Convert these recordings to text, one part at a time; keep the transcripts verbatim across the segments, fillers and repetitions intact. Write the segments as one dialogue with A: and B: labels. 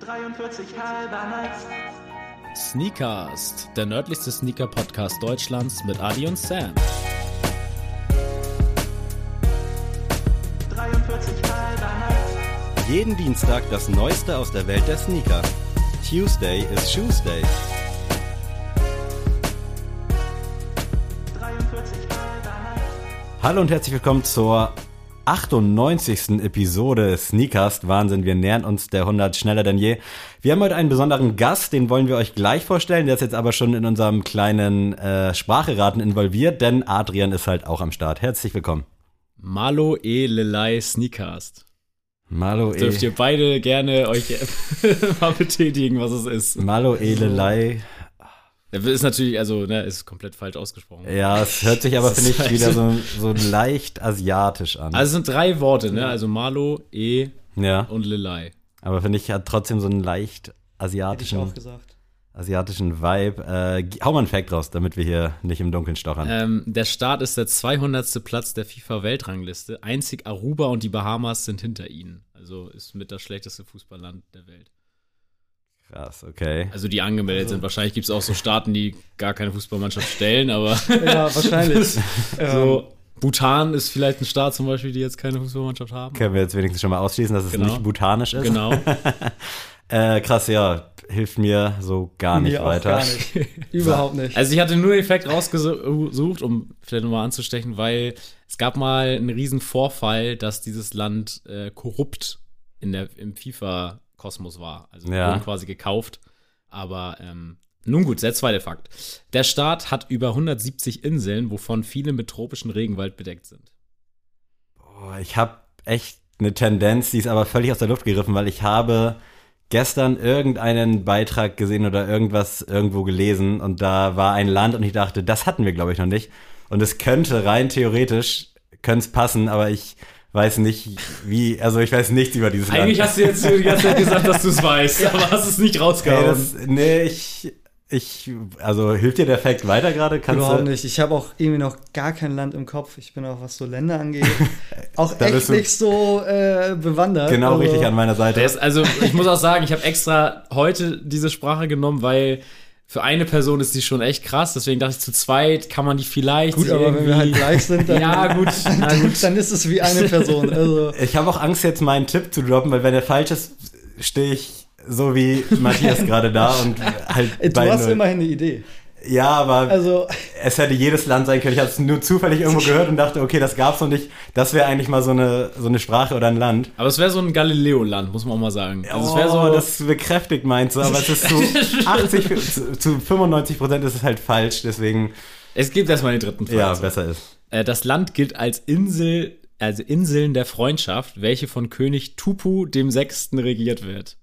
A: dreiundvierzig halber nice.
B: Sneakcast, der nördlichste Sneaker-Podcast Deutschlands mit Adi und Sam.
A: dreiundvierzig halber nice.
C: Jeden Dienstag das Neueste aus der Welt der Sneaker. Tuesday is Shoes Day.
A: dreiundvierzig halber nice.
C: Hallo und herzlich willkommen zur achtundneunzigsten Episode Sneakcast. Wahnsinn, wir nähern uns der hundert schneller denn je. Wir haben heute einen besonderen Gast, den wollen wir euch gleich vorstellen. Der ist jetzt aber schon in unserem kleinen äh, Spracheraten involviert, denn Adrian ist halt auch am Start. Herzlich willkommen.
B: Malo e Lelei Sneakcast.
C: Malo e.
B: Dürft ihr beide gerne euch mal betätigen, was es ist.
C: Malo e Lelei.
B: Ist natürlich, also, ne, ist komplett falsch ausgesprochen.
C: Ja, es hört sich aber,
B: Das
C: finde
B: ist
C: ich,
B: halt
C: wieder
B: so-
C: so, so leicht asiatisch an.
B: Also es sind drei Worte, ne? Also Malo, E
C: ja,
B: und Lelei.
C: aber finde ich, hat trotzdem so einen leicht
D: Hätte ich
C: asiatischen,
D: auch gesagt.
C: asiatischen Vibe. Äh, g- hau mal einen Fact raus, damit wir hier nicht im Dunkeln stochern.
B: Ähm, der Start ist der zweihundertste Platz der FIFA-Weltrangliste. Einzig Aruba und die Bahamas sind hinter ihnen. Also ist mit das schlechteste Fußballland der Welt.
C: Krass, okay.
B: Also die angemeldet
D: Also-
B: sind. Wahrscheinlich gibt es auch so Staaten, die gar keine Fußballmannschaft stellen, aber
D: Ja, wahrscheinlich. ähm,
B: so Bhutan ist vielleicht ein Staat zum Beispiel, die jetzt keine Fußballmannschaft haben.
C: Können wir jetzt wenigstens schon mal ausschließen, dass es
B: Genau.
C: nicht butanisch ist?
B: Genau.
C: Äh, krass, ja. Hilft mir so gar nicht
D: mir auch
C: weiter.
D: gar nicht. Überhaupt nicht.
B: Also ich hatte nur den Fact rausgesucht, um vielleicht nochmal anzustechen, weil es gab mal einen riesen Vorfall, dass dieses Land äh, korrupt in der, im FIFA-Kosmos war. Also
C: Ja.
B: wurden quasi gekauft. Aber ähm, nun gut, der zweite Fakt. Der Staat hat über hundertsiebzig Inseln, wovon viele mit tropischem Regenwald bedeckt sind.
C: Boah, ich habe echt eine Tendenz, die ist aber völlig aus der Luft gegriffen, weil ich habe gestern irgendeinen Beitrag gesehen oder irgendwas irgendwo gelesen und da war ein Land und ich dachte, das hatten wir, glaube ich, noch nicht. Und es könnte rein theoretisch, könnte es passen, aber ich weiß nicht, wie, also ich weiß nichts über dieses
B: Eigentlich
C: Land.
B: hast du jetzt die ganze Zeit gesagt, dass du es weißt, aber hast es nicht
C: Hey,
B: rausgehauen.
C: das, nee, ich, ich, also hilft dir der Fact weiter gerade? Kannst
D: Überhaupt
C: du,
D: nicht. Ich habe auch irgendwie noch gar kein Land im Kopf. Ich bin auch, was so Länder angeht, auch
C: Da bist
D: echt
C: du
D: nicht so äh, bewandert.
C: Genau
D: Also,
C: richtig an meiner Seite.
B: Der ist, also, ich muss auch sagen, ich habe extra heute diese Sprache genommen, weil für eine Person ist die schon echt krass. Deswegen dachte ich, zu zweit kann man die vielleicht.
D: Gut, aber wenn wir halt gleich sind, dann,
B: Ja, gut, na
D: dann,
B: gut.
D: dann ist es wie eine Person. Also,
C: Ich habe auch Angst, jetzt meinen Tipp zu droppen, weil wenn der falsch ist, stehe ich so wie Matthias gerade da und halt
D: du
C: bei
D: hast
C: null.
D: immerhin eine Idee.
C: Ja, aber
D: Also,
C: es hätte jedes Land sein können. Ich habe es nur zufällig irgendwo gehört und dachte, okay, das gab's noch nicht. Das wäre eigentlich mal so eine, so eine Sprache oder ein Land.
B: Aber es wäre so ein Galileo-Land, muss man auch mal sagen. Also es wäre so.
C: Oh, das bekräftigt meins, aber es ist zu achtzig, zu, zu fünfundneunzig Prozent ist es halt falsch, deswegen,
B: Es gibt erstmal den dritten Fall.
C: ja, besser ist.
B: Äh, das Land gilt als Insel, also Inseln der Freundschaft, welche von König Tupu dem Sechsten regiert wird.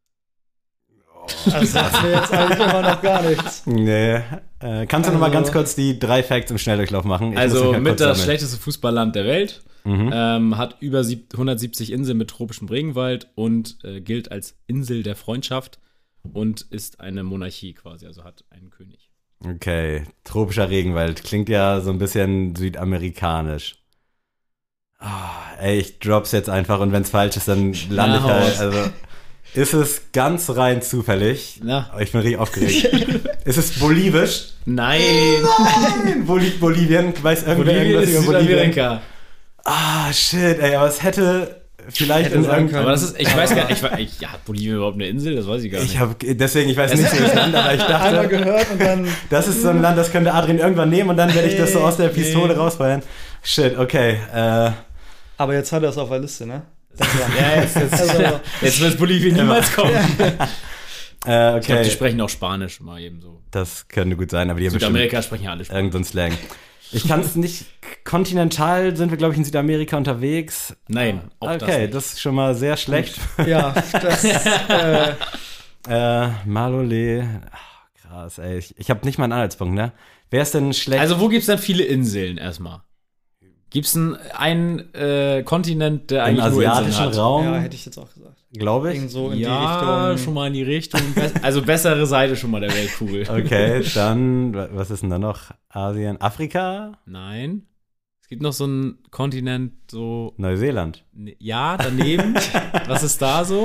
D: das sagt mir jetzt eigentlich immer noch gar nichts.
C: Nee. Äh, kannst du noch mal
D: Also-
C: ganz kurz die drei Facts im Schnelldurchlauf machen? Ich muss
B: Also
C: mich mal
B: mit
C: kurz
B: das
C: sammeln.
B: schlechteste Fußballland der Welt.
C: Mhm.
B: Ähm, hat über sieb- hundertsiebzig Inseln mit tropischem Regenwald und äh, gilt als Insel der Freundschaft und ist eine Monarchie quasi, also hat einen König.
C: Okay, tropischer Regenwald. Klingt ja so ein bisschen südamerikanisch. Ah, ey, ich drop's jetzt einfach und wenn's falsch ist, dann lande ich
B: Na, hau
C: halt.
B: raus.
C: Also, ist es ganz rein zufällig?
B: Na.
C: Oh, ich bin richtig aufgeregt. Ist es bolivisch?
B: Nein!
C: Nein! Wo liegt Bolivien? Weiß irgendwer
B: Bolivien
C: irgendwas
B: ist
C: über Bolivien?
B: Südamerika.
C: Ah, shit, ey, aber es hätte vielleicht
D: Hätte
C: in
D: sein
C: irgendeinem...
D: können.
B: Aber das ist, ich weiß gar nicht, ich, war- ich, ja, hat Bolivien überhaupt eine Insel? Das weiß ich gar nicht.
C: Ich habe deswegen, ich weiß nicht so das Land, aber ich
D: Einmal
C: dachte,
D: gehört und dann.
C: das ist so ein Land, das könnte Adrian irgendwann nehmen und dann werde ich das so aus der Pistole
B: Nee.
C: rausfeuern. Shit, okay. Äh,
D: Aber jetzt hat er es auf der Liste, ne? Das war,
B: ja, jetzt, jetzt,
D: Also-
B: jetzt wird Bolivien niemals kommen.
C: äh,
B: Ich glaube,
C: okay,
B: die sprechen auch Spanisch mal eben so.
C: das könnte gut sein, aber die haben bestimmt
B: Südamerika sprechen ja alle Spanisch.
C: irgendeinen Slang. Ich kann es nicht, kontinental sind wir, glaube ich, in Südamerika unterwegs.
B: Nein, auch das
C: Okay,
B: nicht.
C: das ist schon mal sehr schlecht.
D: ja, das. Äh,
C: äh, Malole, ach, krass, ey, ich, ich habe nicht mal einen Anhaltspunkt, ne? Wer ist denn schlecht?
B: Also wo gibt's dann viele Inseln erstmal? Gibt's einen, einen äh, Kontinent, der
C: im
B: eigentlich nur Inseln
C: asiatischen
B: hat?
C: Raum,
D: ja, hätte ich jetzt auch gesagt.
C: glaube ich.
D: Irgend so in
B: Ja,
D: die Richtung.
B: schon mal in die Richtung. Be- Also bessere Seite schon mal der Weltkugel.
C: Okay, dann, wa- was ist denn da noch? Asien, Afrika,
B: Nein. Es gibt noch so einen Kontinent, so,
C: Neuseeland.
B: ne- ja, daneben. Was ist da so?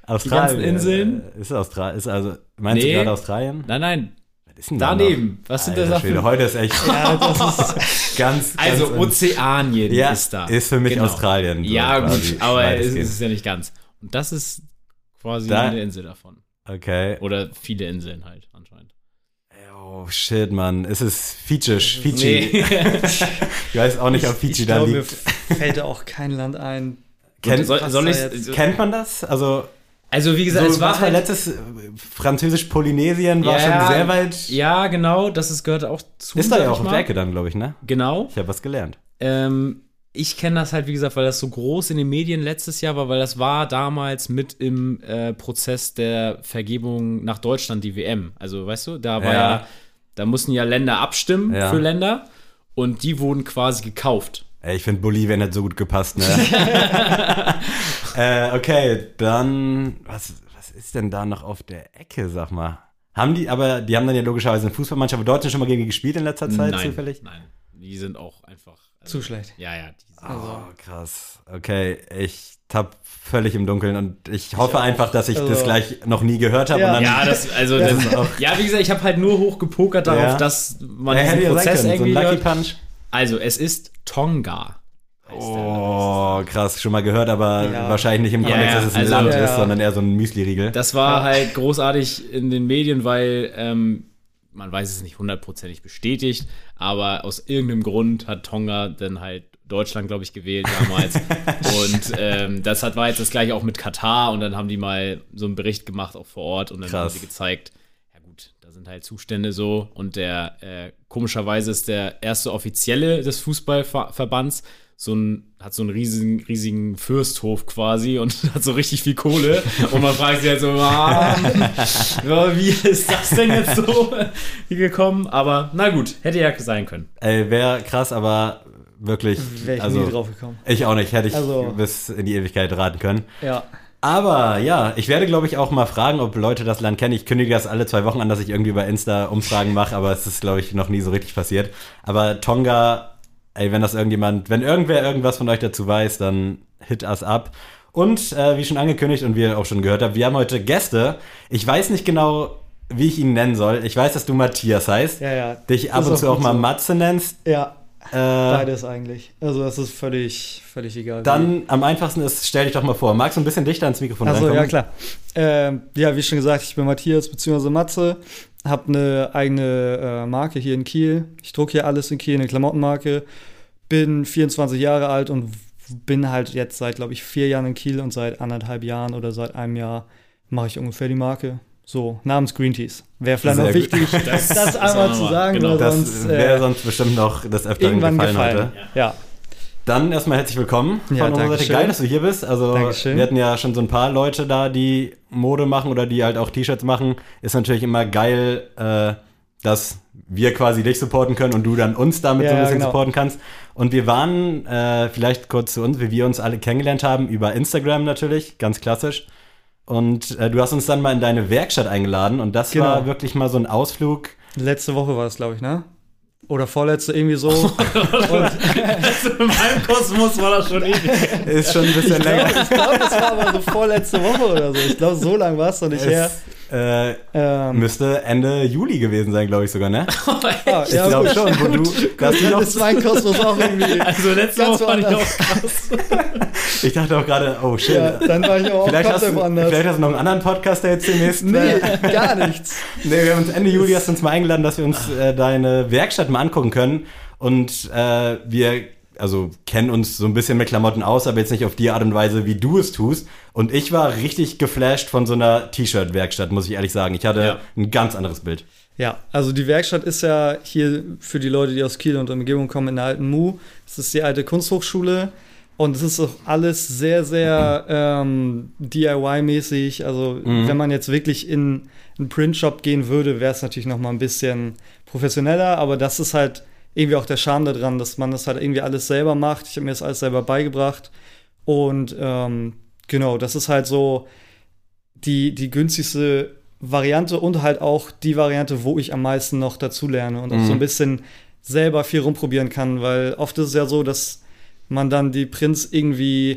C: Australien.
B: Die ganzen Inseln.
C: Äh, Ist Australien? Ist also, meinst
B: Nee.
C: du gerade Australien?
B: Nein, nein,
C: Was ist denn da
B: daneben. Was sind
C: Alter
B: das
C: Schwede,
B: für...
C: heute ist echt
D: Ja, das ist
C: ganz,
B: Also
C: ganz
B: Ozeanien
C: ja,
B: ist da.
C: ist für mich
B: Genau.
C: Australien. so
B: Ja,
C: quasi,
B: gut, aber es
C: weitestgehend.
B: ist ja nicht ganz. Und das ist quasi
C: Da-
B: eine Insel davon.
C: Okay.
B: Oder viele Inseln halt anscheinend.
C: Oh, shit, Mann. Es ist Fidschisch. Fiji.
B: Nee.
C: Ich weiß auch nicht, ob Fiji
D: ich
C: da
D: glaube, mir
C: liegt.
D: fällt da auch kein Land ein.
C: Kennt,
B: soll,
D: was
B: soll
D: da
B: ich,
D: jetzt-
C: kennt man das? Also,
B: also wie gesagt,
C: so,
B: es war
C: was war
B: halt,
C: letztes äh, Französisch-Polynesien war
B: Ja,
C: schon sehr weit.
B: Ja, genau, das ist, gehört auch zu.
C: Ist da
B: sag
C: ja
B: ich
C: auch eine
B: mal.
C: Ecke dann, glaube ich, ne?
B: Genau.
C: Ich habe was gelernt.
B: Ähm, ich kenne das halt, wie gesagt, weil das so groß in den Medien letztes Jahr war, weil das war damals mit im äh, Prozess der Vergebung nach Deutschland, die W M. Also, weißt du, da war
C: Ja.
B: ja, da mussten ja Länder abstimmen
C: Ja.
B: für Länder und die wurden quasi gekauft.
C: Ey, ich finde Bolivien hat so gut gepasst, ne? äh, okay, dann, was, was ist denn da noch auf der Ecke, sag mal? Haben die, aber die haben dann ja logischerweise eine Fußballmannschaft. Haben Deutschland schon mal gegen die gespielt in letzter Zeit
B: nein,
C: zufällig?
B: nein, die sind auch einfach
D: Zu schlecht.
B: Ja, ja, die sind
C: Oh, krass. Okay, ich tapp völlig im Dunkeln und ich hoffe einfach, dass ich
D: Also-
C: das gleich noch nie gehört habe.
D: Ja.
C: Und dann,
B: Ja, das, also,
D: Ja.
B: das, ja, wie gesagt, ich habe halt nur hochgepokert darauf,
C: Ja.
B: dass man
C: Ja,
B: diesen
C: hätte ja sein
B: Prozess
C: können, so ein
B: irgendwie
C: Lucky
B: hört.
C: Punch.
B: Also, es ist Tonga. heißt der.
C: Oh, krass, schon mal gehört, aber
D: Ja.
C: wahrscheinlich nicht im
B: Ja,
C: Kontext,
B: ja,
C: dass es ein
B: also-
C: Land
D: Ja.
C: ist, sondern eher so ein Müsli-Riegel.
B: Das war
D: Ja.
B: halt großartig in den Medien, weil ähm, man weiß es nicht hundertprozentig bestätigt, aber aus irgendeinem Grund hat Tonga dann halt Deutschland, glaube ich, gewählt damals. Und ähm, das hat, war jetzt das gleiche auch mit Katar und dann haben die mal so einen Bericht gemacht, auch vor Ort, und dann
C: Krass.
B: haben sie gezeigt, ja gut, da sind halt Zustände so, und der, äh, komischerweise ist der erste Offizielle des Fußballverbands so ein, hat so einen riesigen, riesigen Fürsthof quasi und hat so richtig viel Kohle. Und man fragt sich halt so, ah, ja, wie ist das denn jetzt so hier gekommen? Aber na gut, hätte ja sein können.
C: Ey, wäre krass, aber wirklich,
D: Wäre ich
C: also
D: nie drauf gekommen.
C: ich auch nicht, hätte ich
D: Also-
C: bis in die Ewigkeit raten können.
D: Ja.
C: Aber ja, ich werde, glaube ich, auch mal fragen, ob Leute das Land kennen. Ich kündige das alle zwei Wochen an, dass ich irgendwie bei Insta Umfragen mache, aber es ist, glaube ich, noch nie so richtig passiert. Aber Tonga, ey, wenn das irgendjemand, wenn irgendwer irgendwas von euch dazu weiß, dann hit us up. Und äh, wie schon angekündigt und wie ihr auch schon gehört habt, wir haben heute Gäste. Ich weiß nicht genau, wie ich ihn nennen soll. Ich weiß, dass du Matthias heißt.
D: Ja, ja.
C: Dich ab
D: Ist
C: und
D: auch
C: zu auch
D: gut
C: mal
D: so.
C: Matze nennst.
D: Ja,
C: Äh,
D: beides eigentlich. Also das ist völlig, völlig egal.
C: dann am einfachsten ist, stell dich doch mal vor. Magst du ein bisschen dichter ans Mikrofon
D: Also
C: reinkommen?
D: ja, klar. Ähm, ja, wie schon gesagt, ich bin Matthias bzw. Matze, habe eine eigene äh, Marke hier in Kiel. Ich drucke hier alles in Kiel, eine Klamottenmarke. Bin vierundzwanzig Jahre alt und bin halt jetzt seit, glaube ich, vier Jahren in Kiel und seit anderthalb Jahren oder seit einem Jahr mache ich ungefähr die Marke. So, namens Green Teas. Wäre vielleicht
C: Sehr
D: noch
C: gut.
D: wichtig, das,
B: ist
D: einmal
B: auch
D: zu
B: nochmal-
D: sagen,
B: genau.
D: weil
C: Das
D: sonst
C: wäre
D: äh,
C: sonst bestimmt noch des Öfteren
D: irgendwann
C: gefallen,
D: gefallen.
C: heute.
D: Ja.
C: Dann erstmal herzlich willkommen von
D: Ja,
C: unserer Seite.
D: Dankeschön.
C: Geil, dass du hier bist. Also
D: Dankeschön.
C: wir hatten ja schon so ein paar Leute da, die Mode machen oder die halt auch T-Shirts machen. Ist natürlich immer geil, äh, dass wir quasi dich supporten können und du dann uns damit
D: Ja,
C: so ein bisschen
D: genau.
C: supporten kannst. Und wir waren, äh, vielleicht kurz zu uns, wie wir uns alle kennengelernt haben, über Instagram natürlich, ganz klassisch. Und äh, du hast uns dann mal in deine Werkstatt eingeladen und das
D: Genau.
C: war wirklich mal so ein Ausflug.
D: Letzte Woche war es, glaube ich, ne? Oder vorletzte, irgendwie so. und
B: In meinem Kosmos war das schon ewig.
C: Ist schon ein bisschen länger.
D: ich glaube, das war aber so vorletzte Woche oder so. Ich glaube, so lange war es noch nicht her.
C: Es äh,
D: Ähm,
C: müsste Ende Juli gewesen sein, glaube ich sogar, ne?
D: ah,
C: Ich
D: ja,
C: glaube
D: gut.
C: schon, wo du, dass du
D: Dann
C: noch,
D: ist mein Kosmos auch irgendwie.
B: Also letzte
D: Ganz
B: Woche fand ich auch
D: woanders.
B: krass.
C: ich dachte auch gerade, oh shit.
D: Ja, dann war ich auch
C: vielleicht, hast
D: komplett
C: du,
D: woanders.
C: vielleicht hast du noch einen anderen Podcast, der jetzt demnächst.
D: Nee,
C: äh,
D: gar nichts.
C: nee, wir haben uns Ende Juli hast du uns mal eingeladen, dass wir uns äh, deine Werkstatt mal angucken können. Und äh, wir also kennen uns so ein bisschen mit Klamotten aus, aber jetzt nicht auf die Art und Weise, wie du es tust. Und ich war richtig geflasht von so einer T-Shirt-Werkstatt, muss ich ehrlich sagen. Ich hatte
B: Ja.
C: ein ganz anderes Bild.
D: Ja, also die Werkstatt ist ja hier für die Leute, die aus Kiel und Umgebung kommen, in der alten Mu. Das ist die alte Kunsthochschule. Und es ist auch alles sehr, sehr ähm, D I Y-mäßig. Also
C: Mhm.
D: wenn man jetzt wirklich in einen Printshop gehen würde, wäre es natürlich noch mal ein bisschen professioneller. Aber das ist halt irgendwie auch der Charme daran, dass man das halt irgendwie alles selber macht. Ich habe mir das alles selber beigebracht. Und ähm, genau, das ist halt so die, die günstigste Variante und halt auch die Variante, wo ich am meisten noch dazu lerne und auch
C: Mhm.
D: so ein bisschen selber viel rumprobieren kann, weil oft ist es ja so, dass man dann die Prints irgendwie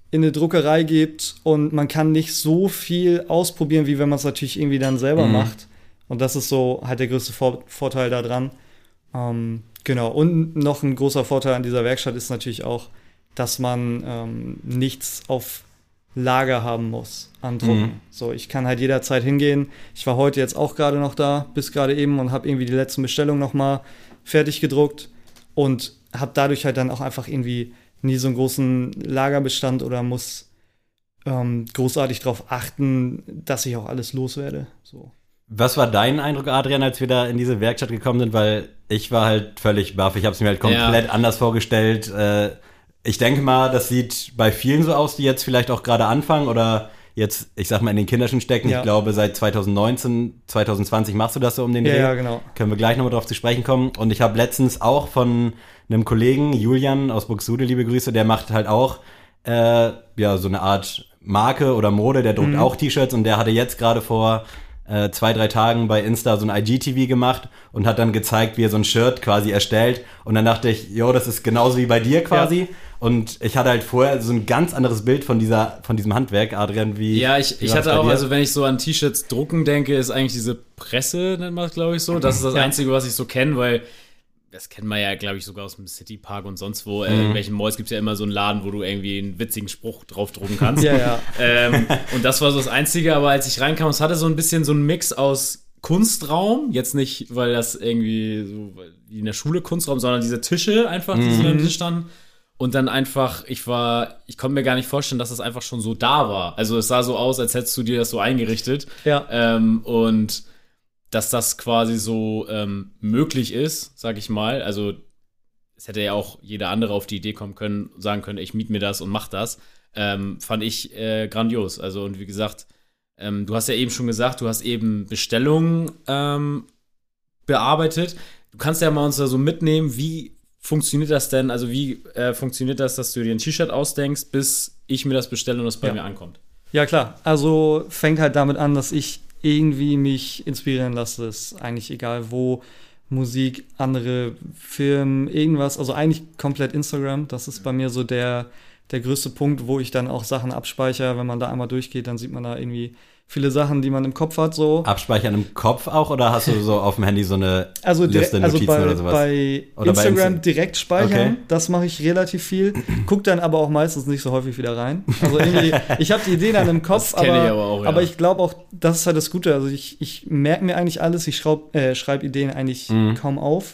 D: in eine Druckerei geht und man kann nicht so viel ausprobieren, wie wenn man es natürlich irgendwie dann selber
C: Mhm.
D: macht. Und das ist so halt der größte Vor- Vorteil daran. Ähm, genau. Und noch ein großer Vorteil an dieser Werkstatt ist natürlich auch, dass man ähm, nichts auf Lager haben muss an Drucken.
C: Mhm.
D: So, ich kann halt jederzeit hingehen. Ich war heute jetzt auch gerade noch da, bis gerade eben, und habe irgendwie die letzten Bestellungen noch mal fertig gedruckt und habe dadurch halt dann auch einfach irgendwie nie so einen großen Lagerbestand oder muss ähm, großartig darauf achten, dass ich auch alles loswerde. So.
C: Was war dein Eindruck, Adrian, als wir da in diese Werkstatt gekommen sind? Weil ich war halt völlig baff. Ich habe es mir halt komplett
B: Ja.
C: anders vorgestellt. Äh, ich denke mal, das sieht bei vielen so aus, die jetzt vielleicht auch gerade anfangen oder jetzt, ich sag mal, in den Kinderschuhen stecken.
D: Ja.
C: Ich glaube, seit zwanzig neunzehn, zwanzig zwanzig machst du das so um den
D: Ja,
C: Dreh.
D: ja, genau.
C: Können wir gleich nochmal drauf zu sprechen kommen. Und ich habe letztens auch von einem Kollegen, Julian aus Buxtehude, liebe Grüße, der macht halt auch äh, ja so eine Art Marke oder Mode, der druckt
D: Mhm.
C: auch T-Shirts und der hatte jetzt gerade vor äh, zwei, drei Tagen bei Insta so ein I G T V gemacht und hat dann gezeigt, wie er so ein Shirt quasi erstellt. Und dann dachte ich, jo, das ist genauso wie bei dir quasi.
D: Ja.
C: Und ich hatte halt vorher so ein ganz anderes Bild von dieser, von diesem Handwerk, Adrian, wie.
B: Ja, ich,
C: wie
B: ich
C: war das
B: hatte
C: bei
B: auch,
C: dir?
B: also wenn ich so an T-Shirts drucken denke, ist eigentlich diese Presse, nennt man es, glaube ich, so. Das ist das
D: Ja.
B: Einzige, was ich so kenne, weil das kennt man ja, glaube ich, sogar aus dem Citypark und sonst wo. Äh,
C: Mhm.
B: in welchen Malls gibt es ja immer so einen Laden, wo du irgendwie einen witzigen Spruch draufdrucken kannst.
D: Ja, ja.
B: ähm, und das war so das Einzige, aber als ich reinkam, es hatte so ein bisschen so einen Mix aus Kunstraum, jetzt nicht, weil das irgendwie so wie in der Schule Kunstraum, sondern diese Tische einfach, die so am Tisch standen. Und dann einfach, ich war, ich konnte mir gar nicht vorstellen, dass das einfach schon so da war. Also es sah so aus, als hättest du dir das so eingerichtet.
D: Ja.
B: Ähm, und dass das quasi so ähm, möglich ist, sag ich mal. Also es hätte ja auch jeder andere auf die Idee kommen können, sagen können, ich miete mir das und mach das. Ähm, fand ich äh, grandios. Also und wie gesagt, ähm, du hast ja eben schon gesagt, du hast eben Bestellungen ähm, bearbeitet. Du kannst ja mal uns da so mitnehmen, wie funktioniert das denn? Also wie äh, funktioniert das, dass du dir ein T-Shirt ausdenkst, bis ich mir das bestelle und das bei
D: Ja.
B: mir ankommt?
D: Ja, klar. Also fängt halt damit an, dass ich irgendwie mich inspirieren lasse. Ist eigentlich egal wo. Musik, andere Filme, irgendwas. Also eigentlich komplett Instagram. Das ist bei mir so der, der größte Punkt, wo ich dann auch Sachen abspeichere. Wenn man da einmal durchgeht, dann sieht man da irgendwie viele Sachen, die man im Kopf hat. So.
C: Abspeichern im Kopf auch oder hast du so auf dem Handy so eine
D: Also, direkt,
C: Liste,
D: also
C: Notizen
D: bei,
C: oder sowas?
D: bei
C: Oder bei
D: Instagram
C: Insta-
D: direkt speichern,
C: Okay.
D: das mache ich relativ viel. Guck dann aber auch meistens nicht so häufig wieder rein. Also irgendwie, ich habe die Ideen dann im Kopf,
B: Das kenn
D: aber,
B: ich aber auch, ja.
D: aber ich glaube auch, das ist halt das Gute. Also ich, ich merke mir eigentlich alles, ich schraub, äh, schreibe Ideen eigentlich
C: Mhm.
D: kaum auf.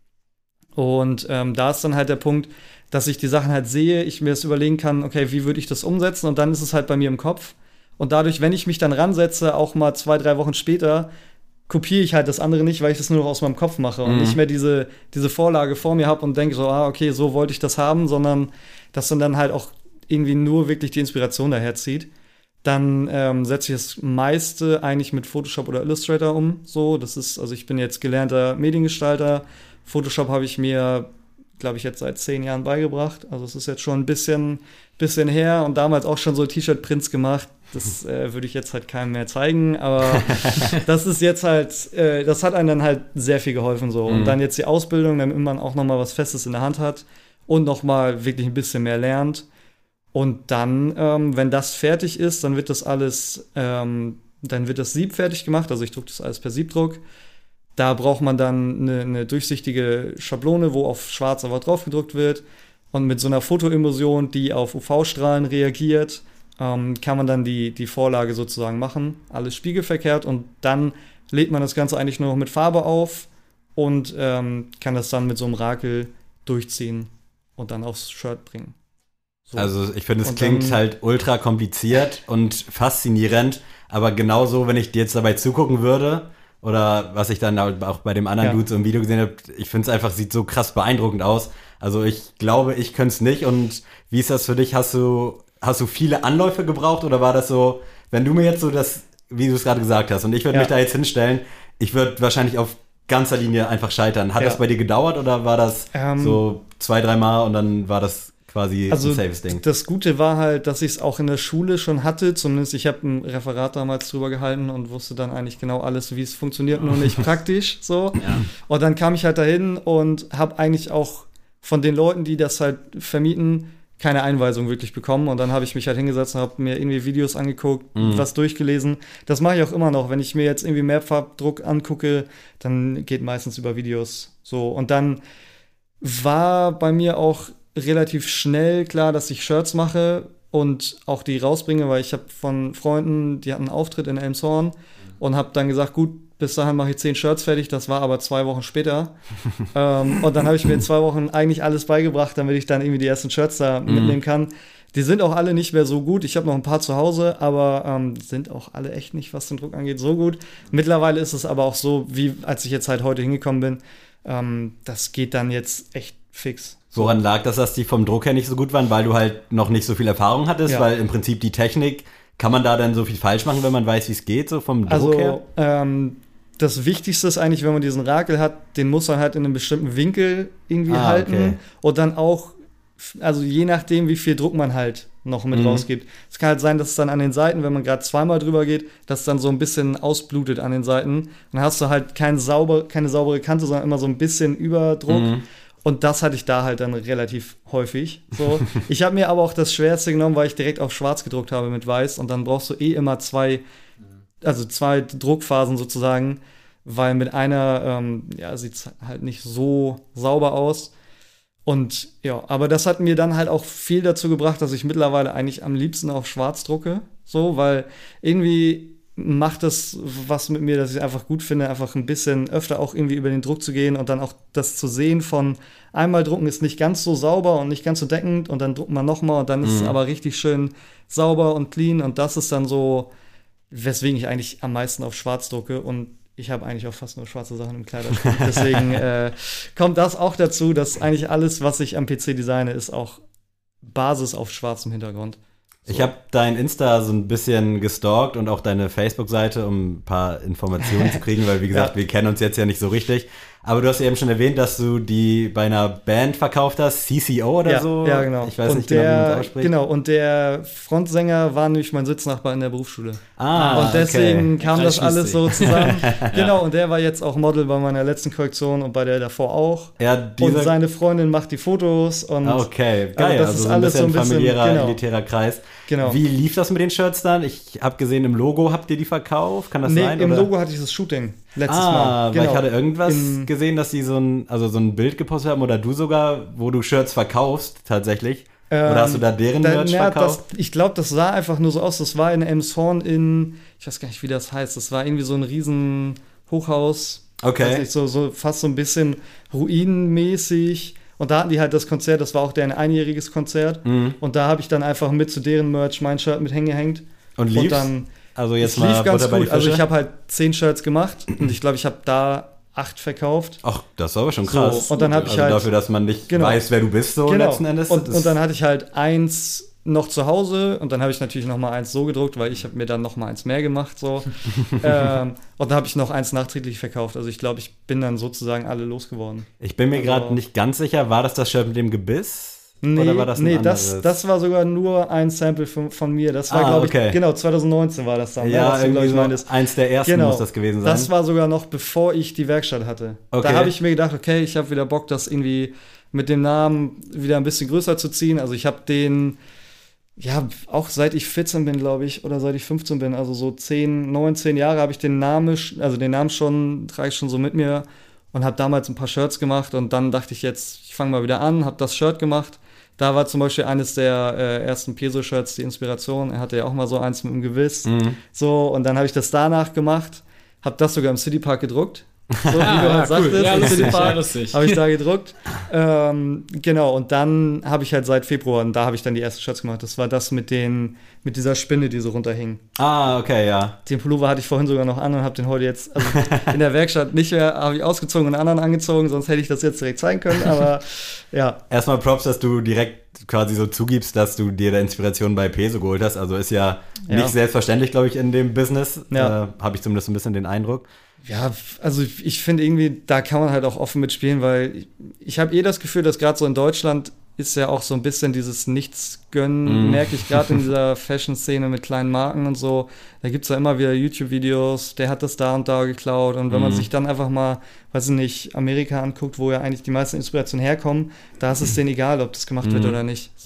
D: Und ähm, da ist dann halt der Punkt, dass ich die Sachen halt sehe, ich mir das überlegen kann, okay, wie würde ich das umsetzen? Und dann ist es halt bei mir im Kopf. Und dadurch, wenn ich mich dann ransetze, auch mal zwei, drei Wochen später, kopiere ich halt das andere nicht, weil ich das nur noch aus meinem Kopf mache und
C: Mhm.
D: nicht mehr diese, diese Vorlage vor mir habe und denke so, ah, okay, so wollte ich das haben, sondern dass dann, dann halt auch irgendwie nur wirklich die Inspiration daherzieht. Dann ähm, setze ich das meiste eigentlich mit Photoshop oder Illustrator um. So, das ist, also ich bin jetzt gelernter Mediengestalter. Photoshop habe ich mir, glaube ich, jetzt seit zehn Jahren beigebracht. Also es ist jetzt schon ein bisschen, bisschen her und damals auch schon so T-Shirt-Prints gemacht. Das äh, würde ich jetzt halt keinem mehr zeigen, aber das ist jetzt halt, äh, das hat einem dann halt sehr viel geholfen so. Und
C: Mhm.
D: dann jetzt die Ausbildung, damit man auch noch mal was Festes in der Hand hat und noch mal wirklich ein bisschen mehr lernt. Und dann, ähm, wenn das fertig ist, dann wird das alles, ähm, dann wird das Sieb fertig gemacht. Also ich drucke das alles per Siebdruck. Da braucht man dann eine, eine durchsichtige Schablone, wo auf schwarz aber drauf gedruckt wird. Und mit so einer Fotoemulsion, die auf U V-Strahlen reagiert, ähm, kann man dann die, die Vorlage sozusagen machen. Alles spiegelverkehrt. Und dann lädt man das Ganze eigentlich nur noch mit Farbe auf und ähm, kann das dann mit so einem Rakel durchziehen und dann aufs Shirt bringen. So.
C: Also ich finde, es
D: Und
C: klingt
D: dann-
C: halt ultra kompliziert und faszinierend, aber genauso, wenn ich dir jetzt dabei zugucken würde, oder was ich dann auch bei dem anderen
D: Ja.
C: Dude so im Video gesehen habe, ich finde es einfach, sieht so krass beeindruckend aus. Also ich glaube, ich könnte es nicht. Und wie ist das für dich? Hast du, hast du viele Anläufe gebraucht oder war das so, wenn du mir jetzt so das, wie du es gerade gesagt hast, und ich würde
D: Ja.
C: mich da jetzt hinstellen, ich würde wahrscheinlich auf ganzer Linie einfach scheitern. Hat
D: Ja.
C: das bei dir gedauert oder war das
D: Ähm,
C: so zwei, dreimal und dann war das quasi
D: Also
C: ein safes Ding?
D: das Gute war halt, dass ich es auch in der Schule schon hatte. Zumindest ich habe ein Referat damals drüber gehalten und wusste dann eigentlich genau alles, wie es funktioniert, nur nicht praktisch so.
B: Ja.
D: Und dann kam ich halt dahin und habe eigentlich auch von den Leuten, die das halt vermieten, keine Einweisung wirklich bekommen. Und dann habe ich mich halt hingesetzt und habe mir irgendwie Videos angeguckt,
C: Mhm.
D: was durchgelesen. Das mache ich auch immer noch. Wenn ich mir jetzt irgendwie Mehrfarbdruck angucke, dann geht meistens über Videos so. Und dann war bei mir auch relativ schnell klar, dass ich Shirts mache und auch die rausbringe, weil ich habe von Freunden, die hatten einen Auftritt in Elmshorn und habe dann gesagt, gut, bis dahin mache ich zehn Shirts fertig. Das war aber zwei Wochen später. ähm, und dann habe ich mir in zwei Wochen eigentlich alles beigebracht, damit ich dann irgendwie die ersten Shirts da
C: Mhm.
D: mitnehmen kann. Die sind auch alle nicht mehr so gut. Ich habe noch ein paar zu Hause, aber ähm, sind auch alle echt nicht, was den Druck angeht, so gut. Mittlerweile ist es aber auch so, wie als ich jetzt halt heute hingekommen bin, ähm, das geht dann jetzt echt fix.
C: Woran lag das, dass die vom Druck her nicht so gut waren? Weil du halt noch nicht so viel Erfahrung hattest?
D: Ja.
C: Weil im Prinzip die Technik, kann man da dann so viel falsch machen, wenn man weiß, wie es geht, so vom Druck her?
D: Also ähm, das Wichtigste ist eigentlich, wenn man diesen Rakel hat, den muss man halt in einem bestimmten Winkel irgendwie
C: Ah,
D: halten
C: okay.
D: und dann auch, also je nachdem, wie viel Druck man halt noch mit
C: Mhm.
D: rausgibt. Es kann halt sein, dass es dann an den Seiten, wenn man gerade zweimal drüber geht, dass es dann so ein bisschen ausblutet an den Seiten. Und dann hast du halt kein sauber, keine saubere Kante, sondern immer so ein bisschen Überdruck.
C: Mhm.
D: Und das hatte ich da halt dann relativ häufig. So. Ich habe mir aber auch das Schwerste genommen, weil ich direkt auf schwarz gedruckt habe mit weiß. Und dann brauchst du eh immer zwei, also zwei Druckphasen sozusagen, weil mit einer, ähm, ja, sieht es halt nicht so sauber aus. Und ja, aber das hat mir dann halt auch viel dazu gebracht, dass ich mittlerweile eigentlich am liebsten auf schwarz drucke. So, weil irgendwie macht das was mit mir, dass ich einfach gut finde, einfach ein bisschen öfter auch irgendwie über den Druck zu gehen und dann auch das zu sehen von einmal drucken ist nicht ganz so sauber und nicht ganz so deckend und dann druckt man nochmal und dann ist es
C: Mhm.
D: aber richtig schön sauber und clean und das ist dann so, weswegen ich eigentlich am meisten auf schwarz drucke und ich habe eigentlich auch fast nur schwarze Sachen im Kleiderschrank. Deswegen äh, kommt das auch dazu, dass eigentlich alles, was ich am P C designe, ist auch Basis auf schwarzem Hintergrund.
C: Ich habe dein Insta so ein bisschen gestalkt und auch deine Facebook-Seite, um ein paar Informationen zu kriegen, weil wie gesagt,
D: Ja.
C: wir kennen uns jetzt ja nicht so richtig. Aber du hast ja eben schon erwähnt, dass du die bei einer Band verkauft hast, C C O oder
D: ja,
C: so.
D: Ja, genau.
C: Ich weiß
D: und
C: nicht genau, wie man das
D: der,
C: ausspricht.
D: Genau, und der Frontsänger war nämlich mein Sitznachbar in der Berufsschule.
C: Ah,
D: und deswegen
C: okay.
D: kam das
B: Kreis
D: alles
B: schließt
D: so zusammen. Genau, und der war jetzt auch Model bei meiner letzten Kollektion und bei der davor auch.
C: Ja,
D: Und
C: dieser,
D: seine Freundin macht die Fotos und
C: ah, okay,
D: Also
C: geil.
D: das
C: Also,
D: ist
C: so ein
D: alles
C: bisschen
D: so ein bisschen-
C: familiärer,
D: genau.
C: elitärer Kreis.
D: genau.
C: Wie lief das mit den Shirts dann? Ich habe gesehen, im Logo habt ihr die verkauft. Kann das
D: Nee,
C: sein?
D: im
C: oder?
D: Logo hatte ich das Shooting letztes
C: Ah,
D: Mal. Genau.
C: weil ich hatte irgendwas
D: In-
C: gesehen, dass die so ein, also so ein Bild gepostet haben oder du sogar, wo du Shirts verkaufst tatsächlich. Oder hast du da deren
D: Da-
C: Merch
D: na,
C: verkauft?
D: Das, ich glaube, das sah einfach nur so aus. Das war in Elmshorn in, ich weiß gar nicht, wie das heißt. Das war irgendwie so ein riesen Hochhaus.
C: Okay.
D: Weiß nicht, so, so fast so ein bisschen ruinenmäßig. Und da hatten die halt das Konzert, das war auch deren einjähriges Konzert.
C: Mhm.
D: Und da habe ich dann einfach mit zu deren Merch mein Shirt mit hingehängt.
C: Und lief's?
D: Und dann
C: Also jetzt
D: es
C: mal
D: lief ganz
C: Butter bei die
D: gut. Also
C: Fische.
D: ich habe halt zehn Shirts gemacht und ich glaube, ich habe da acht verkauft.
C: Ach, das war aber schon
D: So,
C: krass.
D: und dann hab ich
C: also
D: halt-
C: dafür, dass man nicht
D: Genau.
C: weiß, wer du bist, so letzten Endes.
D: Und,
C: Das-
D: und dann hatte ich halt eins noch zu Hause und dann habe ich natürlich noch mal eins so gedruckt, weil ich habe mir dann noch mal eins mehr gemacht so. ähm, und dann habe ich noch eins nachträglich verkauft. Also ich glaube, ich bin dann sozusagen alle losgeworden.
C: ich bin mir
D: also-
C: gerade nicht ganz sicher, war das das Shirt mit dem Gebiss?
D: Nee,
C: Oder war das ein
D: nee
C: anderes?
D: das, das war sogar nur ein Sample von, von mir. Das war,
C: Ah,
D: glaube
C: okay.
D: ich, genau, zwanzig neunzehn war das dann. ne,
C: ja,
D: was du, glaub
C: irgendwie
D: ich,
C: so
D: meintest.
C: eins der ersten
D: Genau.
C: muss das gewesen sein.
D: Das war sogar noch bevor ich die Werkstatt hatte.
C: Okay.
D: Da habe ich mir gedacht, okay, ich habe wieder Bock, das irgendwie mit dem Namen wieder ein bisschen größer zu ziehen. Also ich habe den, ja, auch seit ich vierzehn bin, glaube ich, oder seit ich fünfzehn bin, also so zehn, neunzehn Jahre habe ich den Namen, sch- also den Namen schon, trage ich schon so mit mir und habe damals ein paar Shirts gemacht und dann dachte ich jetzt, ich fange mal wieder an, habe das Shirt gemacht. Da war zum Beispiel eines der äh, ersten Peso-Shirts die Inspiration. Er hatte ja auch mal so eins mit dem Gewiss.
C: Mhm.
D: So, und dann habe ich das danach gemacht, habe das sogar im Citypark gedruckt. So, wie
B: Ah,
D: du
B: ja,
D: halt sagtest,
B: cool. Ja,
D: im
B: lustig, ja,
D: Citypark
B: lustig.
D: habe ich da gedruckt. ähm, genau, und dann habe ich halt seit Februar, und da habe ich dann die ersten Shirts gemacht. Das war das mit den, mit dieser Spinne, die so runterhing.
C: Ah, okay, ja.
D: Den Pullover hatte ich vorhin sogar noch an und habe den heute jetzt, also in der Werkstatt nicht mehr, habe ich ausgezogen und einen anderen angezogen, sonst hätte ich das jetzt direkt zeigen können, aber ja.
C: Erstmal Props, dass du direkt quasi so zugibst, dass du dir der Inspiration bei Peso geholt hast. Also ist ja,
D: Ja.
C: nicht selbstverständlich, glaube ich, in dem Business.
D: Ja.
C: Äh, Habe ich zumindest ein bisschen den Eindruck.
D: Ja, also ich finde irgendwie, da kann man halt auch offen mitspielen, weil ich, ich habe eh das Gefühl, dass gerade so in Deutschland ist ja auch so ein bisschen dieses Nichts-Gönnen,
C: Mm.
D: merke ich gerade in dieser Fashion-Szene mit kleinen Marken und so. Da gibt es ja immer wieder YouTube-Videos, der hat das da und da geklaut. Und wenn man
C: Mm.
D: sich dann einfach mal, weiß ich nicht, Amerika anguckt, wo ja eigentlich die meisten Inspirationen herkommen, da ist es denen egal, ob das gemacht wird
C: Mm.
D: oder nicht. So.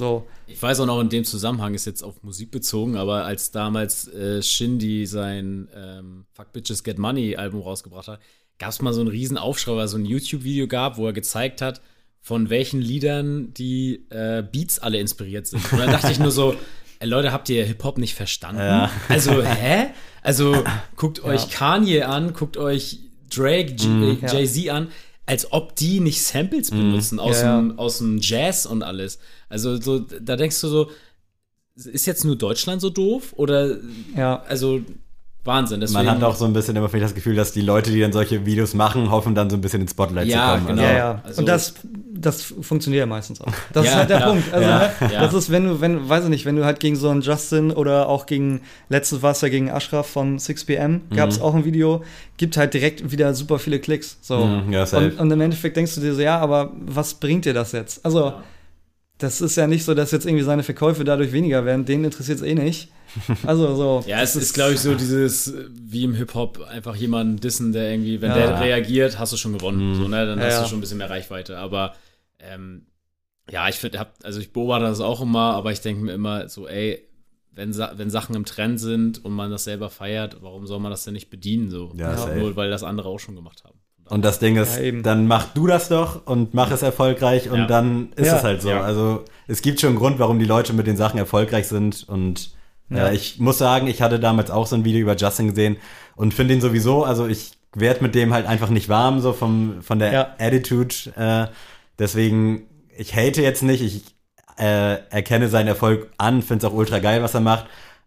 B: Ich weiß auch noch, in dem Zusammenhang ist jetzt auf Musik bezogen, aber als damals äh, Shindy sein ähm, Fuck Bitches Get Money Album rausgebracht hat, gab es mal so einen riesen Aufschrei, weil es so ein YouTube-Video gab, wo er gezeigt hat, von welchen Liedern die äh, Beats alle inspiriert sind. Und dann dachte ich nur so, ey, Leute, habt ihr Hip-Hop nicht verstanden?
C: Ja.
B: Also, hä? Also, guckt
D: Ja.
B: euch Kanye an, guckt euch Drake, G-
C: Mm,
B: äh, Jay-Z an, als ob die nicht Samples benutzen aus,
D: Ja,
B: dem, aus dem Jazz und alles. Also, so, da denkst du so, ist jetzt nur Deutschland so doof? Oder,
D: Ja.
B: also, Wahnsinn. Deswegen,
C: Man hat auch so ein bisschen immer vielleicht das Gefühl, dass die Leute, die dann solche Videos machen, hoffen dann so ein bisschen ins Spotlight
B: Ja,
C: zu kommen.
B: genau.
D: Ja, ja.
B: Also-
D: und das, das funktioniert ja meistens auch. Das
B: Ja,
D: ist halt der
B: ja,
D: Punkt. Also,
C: ja,
D: ne,
B: ja.
D: das ist, wenn du, wenn, weiß ich nicht, wenn du halt gegen so einen Justin oder auch gegen, letztes war es ja gegen Ashraf von six p m, gab es auch ein Video, gibt halt direkt wieder super viele Klicks. So.
C: Mhm, ja, safe.
D: und, und im Endeffekt denkst du dir so, ja, aber was bringt dir das jetzt? Also, das ist ja nicht so, dass jetzt irgendwie seine Verkäufe dadurch weniger werden. Den interessiert es eh nicht. Also so.
B: Ja, es ist, glaube ich, so dieses, äh, wie im Hip-Hop, einfach jemanden dissen, der irgendwie, wenn
D: Ja.
B: der reagiert, hast du schon gewonnen. So, ne? Dann
D: Ja,
B: hast
D: ja.
B: du schon ein bisschen mehr Reichweite. Aber ähm, ja, ich finde, also ich beobachte das auch immer, aber ich denke mir immer so, ey, wenn, Sa wenn Sachen im Trend sind und man das selber feiert, warum soll man das denn nicht bedienen? So?
C: Ja, safe.
B: Nur weil das andere auch schon gemacht haben.
C: Und das Ding ist,
D: Ja, eben.
C: dann mach du das doch und mach es erfolgreich und
B: Ja.
C: dann ist
D: Ja.
C: es halt so.
B: Ja.
C: Also es gibt schon einen Grund, warum die Leute mit den Sachen erfolgreich sind und
D: Ja.
C: äh, ich muss sagen, ich hatte damals auch so ein Video über Justin gesehen und finde ihn sowieso, also ich werde mit dem halt einfach nicht warm, so vom, von der
D: Ja.
C: Attitude. Äh, deswegen, ich hate jetzt nicht, ich äh, erkenne seinen Erfolg an, finde es auch ultra geil, was er macht,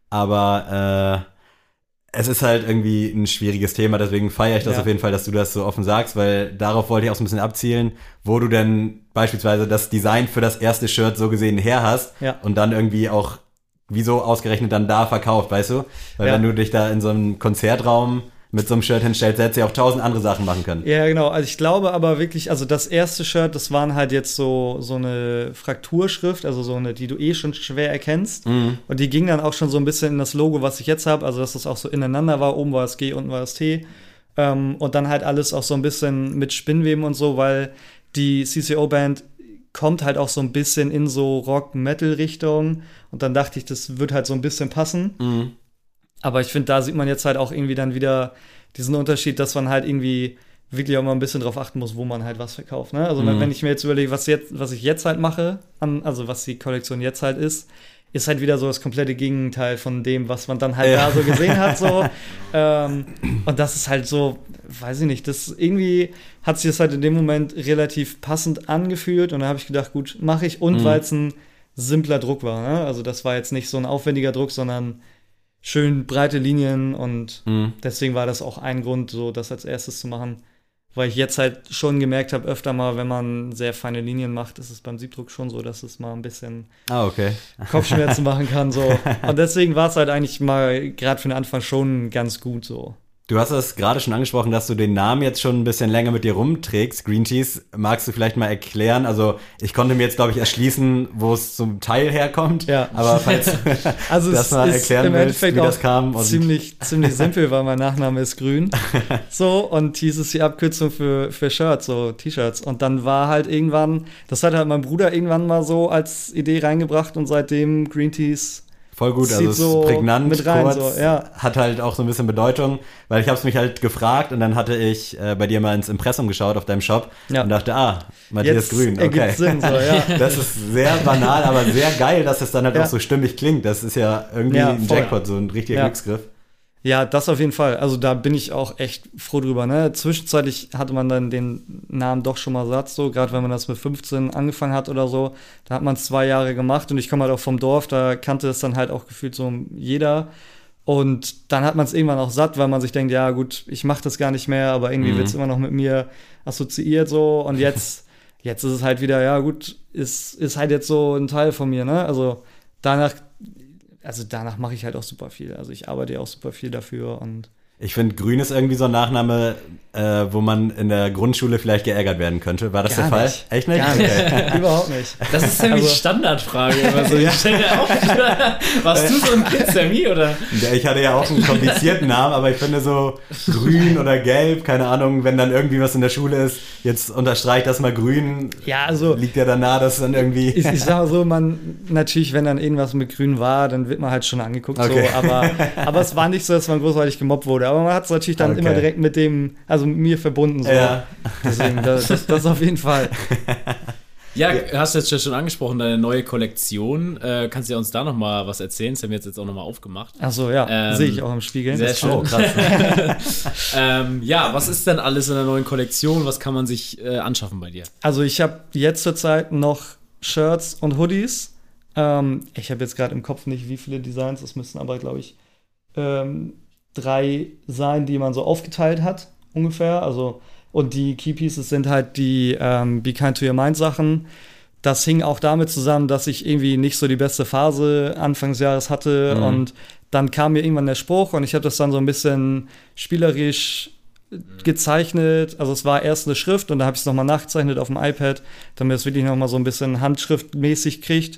C: aber äh, es ist halt irgendwie ein schwieriges Thema, deswegen feiere ich das
D: Ja.
C: auf jeden Fall, dass du das so offen sagst, weil darauf wollte ich auch so ein bisschen abzielen, wo du denn beispielsweise das Design für das erste Shirt so gesehen her hast
D: Ja.
C: und dann irgendwie auch, wieso ausgerechnet dann da verkauft, weißt du? Weil
D: Ja.
C: wenn du dich da in so einem Konzertraum mit so einem Shirt hinstellst, hättest du ja auch tausend andere Sachen machen können.
D: Ja, genau. Also ich glaube aber wirklich, also das erste Shirt, das waren halt jetzt so, so eine Frakturschrift, also so eine, die du eh schon schwer erkennst.
C: Mhm.
D: Und die ging dann auch schon so ein bisschen in das Logo, was ich jetzt habe, also dass das auch so ineinander war. Oben war das G, unten war das T. Ähm, und dann halt alles auch so ein bisschen mit Spinnweben und so, weil die C C O-Band kommt halt auch so ein bisschen in so Rock-Metal-Richtung. Und dann dachte ich, das wird halt so ein bisschen passen.
C: Mhm.
D: Aber ich finde, da sieht man jetzt halt auch irgendwie dann wieder diesen Unterschied, dass man halt irgendwie wirklich auch mal ein bisschen drauf achten muss, wo man halt was verkauft. Ne? Also
C: Mhm.
D: wenn ich mir jetzt überlege, was jetzt, was ich jetzt halt mache, an, also was die Kollektion jetzt halt ist, ist halt wieder so das komplette Gegenteil von dem, was man dann halt
C: Ja.
D: da so gesehen hat. So. ähm, und das ist halt so, weiß ich nicht, das irgendwie hat sich das halt in dem Moment relativ passend angefühlt und dann habe ich gedacht, gut, mache ich. Und
C: Mhm.
D: weil es ein simpler Druck war. Ne? Also das war jetzt nicht so ein aufwendiger Druck, sondern schön breite Linien und
C: Mhm.
D: deswegen war das auch ein Grund, so das als erstes zu machen. Weil ich jetzt halt schon gemerkt habe, öfter mal, wenn man sehr feine Linien macht, ist es beim Siebdruck schon so, dass es mal ein bisschen
C: Ah, okay.
D: Kopfschmerzen machen kann. So. Und deswegen war es halt eigentlich mal gerade für den Anfang schon ganz gut so.
C: Du hast es gerade schon angesprochen, dass du den Namen jetzt schon ein bisschen länger mit dir rumträgst, Green Teas. Magst du vielleicht mal erklären? Also ich konnte mir jetzt, glaube ich, erschließen, wo es zum Teil herkommt.
D: Ja.
C: Aber falls
D: Also
C: das
D: es
C: mal
D: ist
C: erklären
D: im
C: willst,
D: Endeffekt
C: wie
D: auch
C: das kam. Und
D: ziemlich, ziemlich simpel, weil mein Nachname ist Grün. So, und hieß es die Abkürzung für, für Shirts, so T-Shirts. Und dann war halt irgendwann, das hat halt mein Bruder irgendwann mal so als Idee reingebracht und seitdem Green Teas
C: voll gut, also
D: zieht
C: es
D: so
C: ist prägnant,
D: mit rein,
C: kurz,
D: so, ja.
C: hat halt auch so ein bisschen Bedeutung, weil ich habe es mich halt gefragt und dann hatte ich äh, bei dir mal ins Impressum geschaut auf deinem Shop
D: Ja.
C: und dachte, ah, Matthias
D: Jetzt
C: Grün,
D: ergibt
C: okay.
D: Sinn, so, ja.
C: Das ist sehr banal, aber sehr geil, dass es dann halt
D: Ja.
C: auch so stimmig klingt. Das ist ja irgendwie
D: Ja,
C: ein
D: voll.
C: Jackpot, so ein richtiger
D: Ja.
C: Glücksgriff.
D: Ja, das auf jeden Fall. Also da bin ich auch echt froh drüber. Ne? Zwischenzeitlich hatte man dann den Namen doch schon mal satt, so gerade wenn man das mit fünfzehn angefangen hat oder so. Da hat man es zwei Jahre gemacht und ich komme halt auch vom Dorf, da kannte es dann halt auch gefühlt so jeder. Und dann hat man es irgendwann auch satt, weil man sich denkt, ja gut, ich mache das gar nicht mehr, aber irgendwie
C: Mhm.
D: wird es immer noch mit mir assoziiert so. Und jetzt, jetzt ist es halt wieder, ja gut, ist, ist halt jetzt so ein Teil von mir. Ne? Also danach, also danach mache ich halt auch super viel. Also ich arbeite ja auch super viel dafür und
C: Ich finde, Grün ist irgendwie so ein Nachname, äh, wo man in der Grundschule vielleicht geärgert werden könnte. War das
D: Gar
C: der Fall?
D: nicht.
C: Echt nicht?
D: Gar nicht.
C: Okay.
D: Überhaupt nicht.
B: Das ist nämlich
D: Also-
B: Standardfrage immer so. Ich stell dir auch, warst du so ein Kind, Sammy, oder?
C: Ja, ich hatte ja auch einen komplizierten Namen, aber ich finde so grün oder gelb, keine Ahnung, wenn dann irgendwie was in der Schule ist, jetzt unterstreicht das mal grün,
D: Ja, also
C: liegt ja dann nahe, dass dann irgendwie...
D: ich, ich sag mal so, man, natürlich, wenn dann irgendwas mit Grün war, dann wird man halt schon angeguckt,
C: Okay.
D: so, aber, aber es war nicht so, dass man großartig gemobbt wurde. Aber man hat es natürlich dann
C: Okay.
D: immer direkt mit dem, also mit mir verbunden. So.
C: Ja.
D: Deswegen, das, das, das auf jeden Fall.
B: Ja, hast du jetzt ja schon angesprochen, deine neue Kollektion. Äh, kannst du ja uns da nochmal was erzählen? Das haben wir jetzt, jetzt auch nochmal aufgemacht.
D: Achso, ja,
B: Ähm,
D: sehe ich auch im Spiegel.
B: sehr
D: Das ist
B: schön.
C: Oh, krass.
B: Ähm, ja, was ist denn alles in der neuen Kollektion? Was kann man sich äh, anschaffen bei dir?
D: Also ich habe jetzt zurzeit noch Shirts und Hoodies. Ähm, ich habe jetzt gerade im Kopf nicht, wie viele Designs. Es müssten aber, glaube ich, ähm, drei sein, die man so aufgeteilt hat, ungefähr. Also, und die Key Pieces sind halt die ähm, Be Kind to Your Mind Sachen. Das hing auch damit zusammen, dass ich irgendwie nicht so die beste Phase Anfang des Jahres hatte.
C: Mhm.
D: Und dann kam mir irgendwann der Spruch und ich habe das dann so ein bisschen spielerisch gezeichnet. Also es war erst eine Schrift und da habe ich es nochmal nachgezeichnet auf dem iPad, damit es wirklich nochmal so ein bisschen handschriftmäßig kriegt.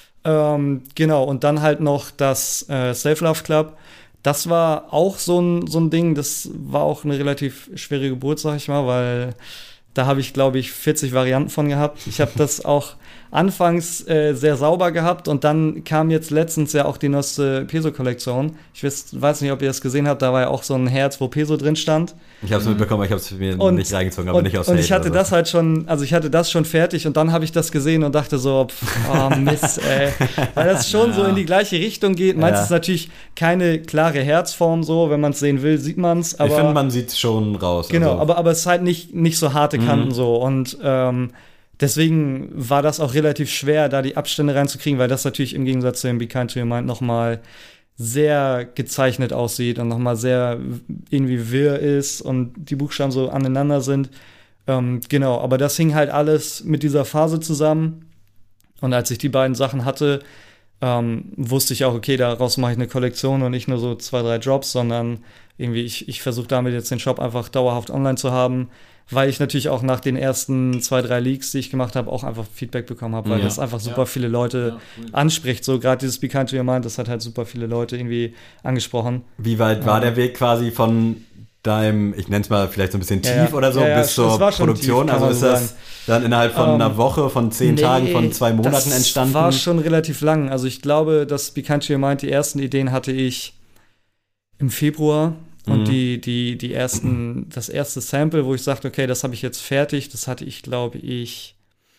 D: Ähm, genau, und dann halt noch das äh, Self-Love Club. Das war auch so ein, so ein Ding, das war auch eine relativ schwere Geburt, sag ich mal, weil da habe ich, glaube ich, vierzig Varianten von gehabt. Ich habe das auch anfangs äh, sehr sauber gehabt und dann kam jetzt letztens ja auch die neueste Peso-Kollektion. Ich weiß, weiß nicht, ob ihr das gesehen habt, da war ja auch so ein Herz, wo Peso drin stand.
C: Ich habe es mitbekommen, aber ich habe es mir
D: Und-
C: nicht reingezogen, aber
D: und,
C: nicht aus
D: und ich
C: Hate
D: hatte
C: oder
D: das halt schon, also ich hatte das schon fertig und dann habe ich das gesehen und dachte so, pff, oh Mist, ey. Weil das schon so in die gleiche Richtung geht. Meins
C: Ja.
D: ist natürlich keine klare Herzform so, wenn man es sehen will, sieht man es.
C: so. Ich
D: Aber
C: finde, man sieht es schon raus.
D: genau,
C: also.
D: aber, aber es ist halt nicht, nicht so harte Kanten so. Und ähm, deswegen war das auch relativ schwer, da die Abstände reinzukriegen, weil das natürlich im Gegensatz zu dem Be Kind to Your Mind nochmal sehr gezeichnet aussieht und nochmal sehr irgendwie wirr ist und die Buchstaben so aneinander sind. Ähm, genau, aber das hing halt alles mit dieser Phase zusammen. Und als ich die beiden Sachen hatte, ähm, wusste ich auch, okay, daraus mache ich eine Kollektion und nicht nur so zwei, drei Drops, sondern irgendwie, ich, ich versuche damit jetzt den Shop einfach dauerhaft online zu haben, weil ich natürlich auch nach den ersten zwei, drei Leaks, die ich gemacht habe, auch einfach Feedback bekommen habe, weil
C: Ja.
D: das einfach super
B: Ja.
D: viele Leute anspricht. So gerade dieses Be Kind to Your Mind, das hat halt super viele Leute irgendwie angesprochen.
C: Wie weit war der Weg quasi von deinem, ich nenne es mal vielleicht so ein bisschen
D: Ja,
C: tief
D: ja.
C: oder so,
D: Ja, ja,
C: bis
D: es
C: zur
D: war schon
C: Produktion?
D: tief, kann
C: Also
D: man
C: ist
D: so
C: das
D: sagen.
C: dann innerhalb von
D: Ähm,
C: einer Woche, von zehn
D: Nee,
C: Tagen, von zwei Monaten
D: das
C: entstanden?
D: war schon relativ lang. Also ich glaube, das Be Kind to Your Mind, die ersten Ideen hatte ich im Februar. Und
C: Mhm.
D: die, die, die ersten, das erste Sample, wo ich sagte, okay, das habe ich jetzt fertig, das hatte ich, glaube ich,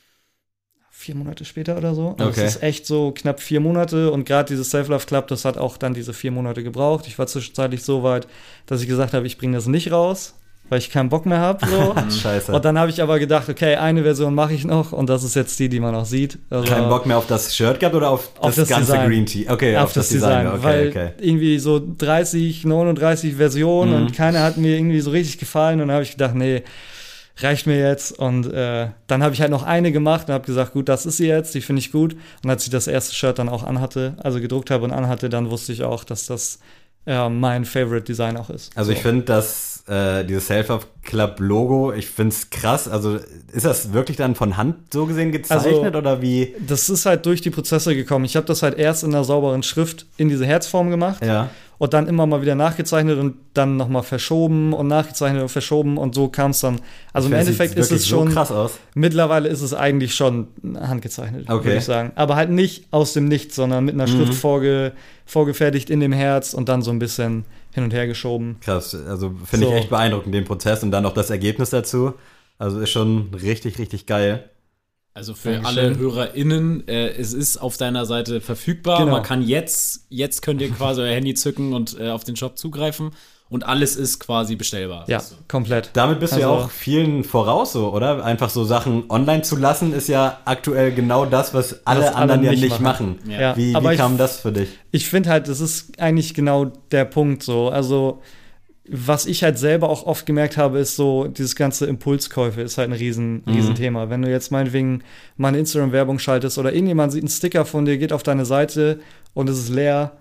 D: vier Monate später oder so. Also
C: Okay.
D: es ist echt so knapp vier Monate und gerade dieses Self-Love Club, das hat auch dann diese vier Monate gebraucht. Ich war zwischenzeitlich so weit, dass ich gesagt habe, ich bringe das nicht raus, weil ich keinen Bock mehr habe. So.
C: Scheiße.
D: Und dann habe ich aber gedacht, okay, eine Version mache ich noch und das ist jetzt die, die man auch sieht. Also,
C: Keinen Bock mehr auf das Shirt gehabt oder auf,
D: Auf
C: das,
D: das
C: ganze
D: Design.
C: Green Tea? Okay,
D: auf das Design,
C: Okay,
D: weil
C: okay.
D: irgendwie so dreißig, neununddreißig Versionen
C: Mhm.
D: und keine hat mir irgendwie so richtig gefallen und dann habe ich gedacht, nee, reicht mir jetzt und äh, dann habe ich halt noch eine gemacht und habe gesagt, gut, das ist sie jetzt, die finde ich gut und als ich das erste Shirt dann auch anhatte, also gedruckt habe und anhatte, dann wusste ich auch, dass das äh, mein Favorite Design auch ist.
C: Also ich
D: So.
C: finde, dass äh, dieses Self-Club-Logo, ich finde es krass. Also ist das wirklich dann von Hand so gesehen gezeichnet
D: Also,
C: oder wie?
D: Das ist halt durch die Prozesse gekommen. Ich habe das halt erst in einer sauberen Schrift in diese Herzform gemacht.
C: Ja.
D: Und dann immer mal wieder nachgezeichnet und dann nochmal verschoben und nachgezeichnet und verschoben und so kam es dann. Also im
C: Das sieht
D: Endeffekt ist
C: wirklich
D: es schon,
C: so krass aus.
D: mittlerweile ist es eigentlich schon handgezeichnet,
C: Okay.
D: würde ich sagen. Aber halt nicht aus dem Nichts, sondern mit einer
C: Mhm.
D: Schrift vorge, vorgefertigt in dem Herz und dann so ein bisschen hin und her geschoben.
C: Krass. Also finde
D: So.
C: ich echt beeindruckend, den Prozess und dann noch das Ergebnis dazu. Also ist schon richtig, richtig geil.
B: Also für
D: Dankeschön.
B: alle HörerInnen, äh, es ist auf deiner Seite verfügbar.
D: Genau.
B: Man kann jetzt, jetzt könnt ihr quasi euer Handy zücken und äh, auf den Shop zugreifen. Und alles ist quasi bestellbar.
D: Ja, komplett.
C: Damit bist du ja
D: Also-
C: auch vielen voraus so, oder? Einfach so Sachen online zu lassen, ist ja aktuell genau das, was alle
D: Was alle
C: anderen ja
D: nicht
C: nicht
D: machen.
C: machen.
B: Ja.
D: Ja,
C: Wie,
D: aber
C: wie
D: ich-
C: kam das für dich?
D: Ich finde halt, das ist eigentlich genau der Punkt so. Also, was ich halt selber auch oft gemerkt habe, ist so, dieses ganze Impulskäufe ist halt ein riesen,
C: Mhm.
D: riesen Thema. Wenn du jetzt meinetwegen mal eine Instagram-Werbung schaltest oder irgendjemand sieht einen Sticker von dir, geht auf deine Seite und es ist leer,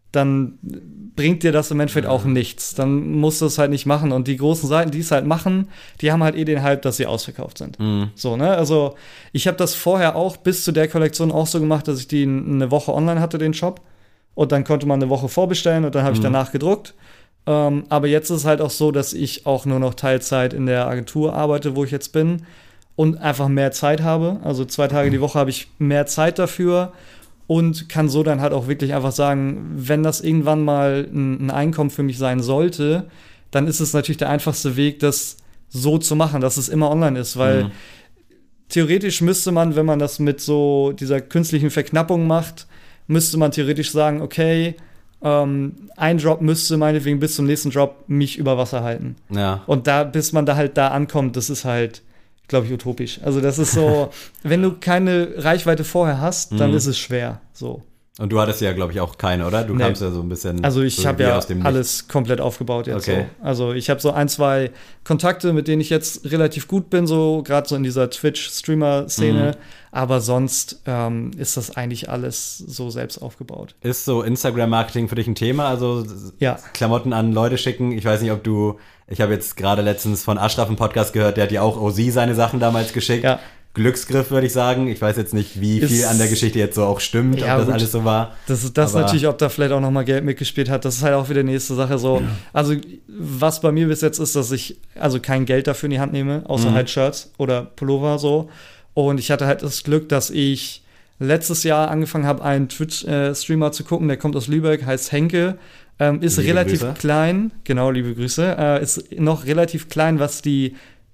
D: dann bringt dir das im Endeffekt auch nichts. Dann musst du es halt nicht machen. Und die großen Seiten, die es halt machen, die haben halt eh den Hype, dass sie ausverkauft sind.
C: Mhm.
D: So, ne? Also ich habe das vorher auch bis zu der Kollektion auch so gemacht, dass ich die eine Woche online hatte, den Shop. Und dann konnte man eine Woche vorbestellen und dann habe ich
C: Mhm.
D: danach gedruckt. Ähm, aber jetzt ist es halt auch so, dass ich auch nur noch Teilzeit in der Agentur arbeite, wo ich jetzt bin. Und einfach mehr Zeit habe. Also zwei Tage die Woche habe ich mehr Zeit dafür. Und kann so dann halt auch wirklich einfach sagen, wenn das irgendwann mal ein, ein Einkommen für mich sein sollte, dann ist es natürlich der einfachste Weg, das so zu machen, dass es immer online ist. Weil
C: Mhm.
D: theoretisch müsste man, wenn man das mit so dieser künstlichen Verknappung macht, müsste man theoretisch sagen, okay, ähm, ein Drop müsste meinetwegen bis zum nächsten Drop mich über Wasser halten.
C: Ja.
D: Und da, bis man da halt da ankommt, das ist halt, glaube ich, utopisch. Also das ist so, wenn du keine Reichweite vorher hast, dann
C: Mhm.
D: ist es schwer. So.
C: Und du hattest ja, glaube ich, auch keine, oder? Du
D: Nee.
C: kamst ja so ein bisschen.
D: Also ich
C: so
D: habe
C: wie
D: ja
C: aus dem
D: alles komplett aufgebaut jetzt.
C: Okay.
D: So. Also ich habe so ein, zwei Kontakte, mit denen ich jetzt relativ gut bin, so gerade so in dieser Twitch-Streamer-Szene.
C: Mhm.
D: Aber sonst ähm, ist das eigentlich alles so selbst aufgebaut.
C: Ist so Instagram-Marketing für dich ein Thema? Also
D: Ja.
C: Klamotten an Leute schicken? Ich weiß nicht, ob du, ich habe jetzt gerade letztens von Ashraf einen Podcast gehört, der hat ja auch O Z seine Sachen damals geschickt.
D: Ja.
C: Glücksgriff, würde ich sagen. Ich weiß jetzt nicht, wie
D: Ist-
C: viel an der Geschichte jetzt so auch stimmt,
D: Ja,
C: ob das
D: gut.
C: alles so war.
D: Das ist das
C: Aber-
D: natürlich, ob da vielleicht auch noch mal Geld mitgespielt hat. Das ist halt auch wieder die nächste Sache so. Also, was bei mir bis jetzt ist, dass ich also kein Geld dafür in die Hand nehme, außer
C: Mhm.
D: halt Shirts oder Pullover so. Und ich hatte halt das Glück, dass ich letztes Jahr angefangen habe, einen Twitch-Streamer zu gucken. Der kommt aus Lübeck, heißt Henke. Ähm, ist
C: Liebe
D: relativ
C: Grüße.
D: klein, genau, liebe Grüße. Äh, ist noch relativ klein, was die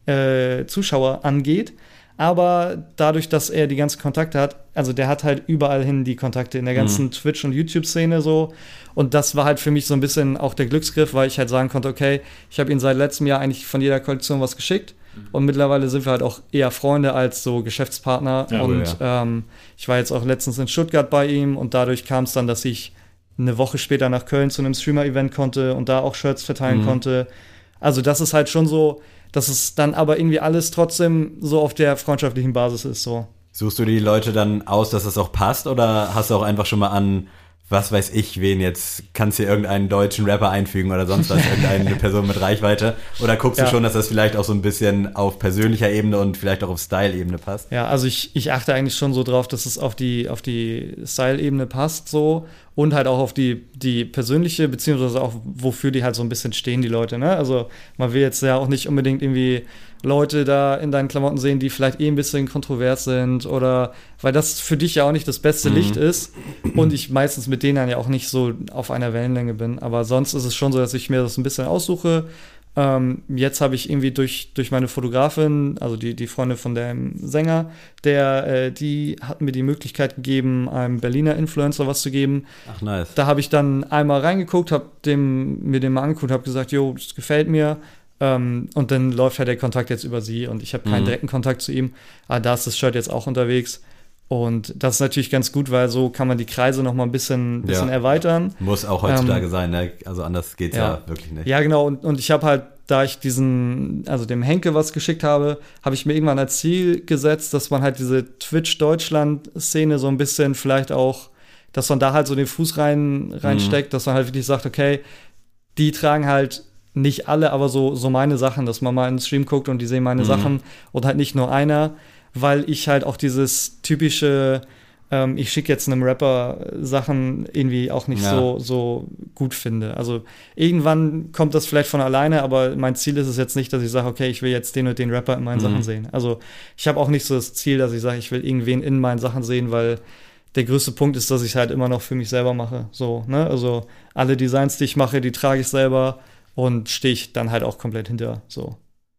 D: äh, Zuschauer angeht. Aber dadurch, dass er die ganzen Kontakte hat, also der hat halt überall hin die Kontakte in der ganzen
C: Mhm.
D: Twitch- und YouTube-Szene so. Und das war halt für mich so ein bisschen auch der Glücksgriff, weil ich halt sagen konnte, okay, ich habe ihn seit letztem Jahr eigentlich von jeder Kollektion was geschickt. Und mittlerweile sind wir halt auch eher Freunde als so Geschäftspartner.
B: Ja,
D: und
C: cool,
D: ähm, ich war jetzt auch letztens in Stuttgart bei ihm und dadurch kam es dann, dass ich eine Woche später nach Köln zu einem Streamer-Event konnte und da auch Shirts verteilen
C: Mhm.
D: konnte. Also das ist halt schon so, dass es dann aber irgendwie alles trotzdem so auf der freundschaftlichen Basis ist. So.
C: Suchst du die Leute dann aus, dass das auch passt? Oder hast du auch einfach schon mal an, was weiß ich, wen jetzt, kannst du hier irgendeinen deutschen Rapper einfügen oder sonst was, irgendeine Person mit Reichweite? Oder guckst
D: Ja.
C: du schon, dass das vielleicht auch so ein bisschen auf persönlicher Ebene und vielleicht auch auf Style-Ebene passt?
D: Ja, also ich, ich achte eigentlich schon so drauf, dass es auf die, auf die Style-Ebene passt so und halt auch auf die, die persönliche, beziehungsweise auch wofür die halt so ein bisschen stehen, die Leute, ne? Also man will jetzt ja auch nicht unbedingt irgendwie Leute da in deinen Klamotten sehen, die vielleicht eh ein bisschen kontrovers sind oder weil das für dich ja auch nicht das beste
C: Mhm.
D: Licht ist und ich meistens mit denen dann ja auch nicht so auf einer Wellenlänge bin. Aber sonst ist es schon so, dass ich mir das ein bisschen aussuche. Ähm, jetzt habe ich irgendwie durch, durch meine Fotografin, also die, die Freundin von dem Sänger, der, äh, die hat mir die Möglichkeit gegeben, einem Berliner Influencer was zu geben.
C: Ach, nice.
D: Da habe ich dann einmal reingeguckt, habe dem, mir den mal angeguckt, habe gesagt, jo, das gefällt mir. Ähm, und dann läuft halt der Kontakt jetzt über sie und ich habe keinen
C: Mhm.
D: direkten Kontakt zu ihm. Aber da ist das Shirt jetzt auch unterwegs. Und das ist natürlich ganz gut, weil so kann man die Kreise noch mal ein bisschen, bisschen
C: Ja.
D: erweitern.
C: Muss auch heutzutage
D: Ähm,
C: sein, ne? Also anders geht's ja,
D: ja.
C: wirklich nicht.
D: Ja, genau. Und, und ich habe halt, da ich diesen, also dem Henke was geschickt habe, habe ich mir irgendwann als Ziel gesetzt, dass man halt diese Twitch-Deutschland-Szene so ein bisschen vielleicht auch, dass man da halt so den Fuß rein, reinsteckt, dass man halt wirklich sagt, okay, die tragen halt nicht alle, aber so, so meine Sachen, dass man mal in den Stream guckt und die sehen meine
C: Mhm.
D: Sachen und halt nicht nur einer, weil ich halt auch dieses typische, ähm, ich schicke jetzt einem Rapper Sachen irgendwie auch nicht
C: Ja.
D: so, so gut finde. Also irgendwann kommt das vielleicht von alleine, aber mein Ziel ist es jetzt nicht, dass ich sage, okay, ich will jetzt den und den Rapper in meinen
C: Mhm.
D: Sachen sehen. Also ich habe auch nicht so das Ziel, dass ich sage, ich will irgendwen in meinen Sachen sehen, weil der größte Punkt ist, dass ich es halt immer noch für mich selber mache. So, ne? Also alle Designs, die ich mache, die trage ich selber und stehe ich dann halt auch komplett hinter. So.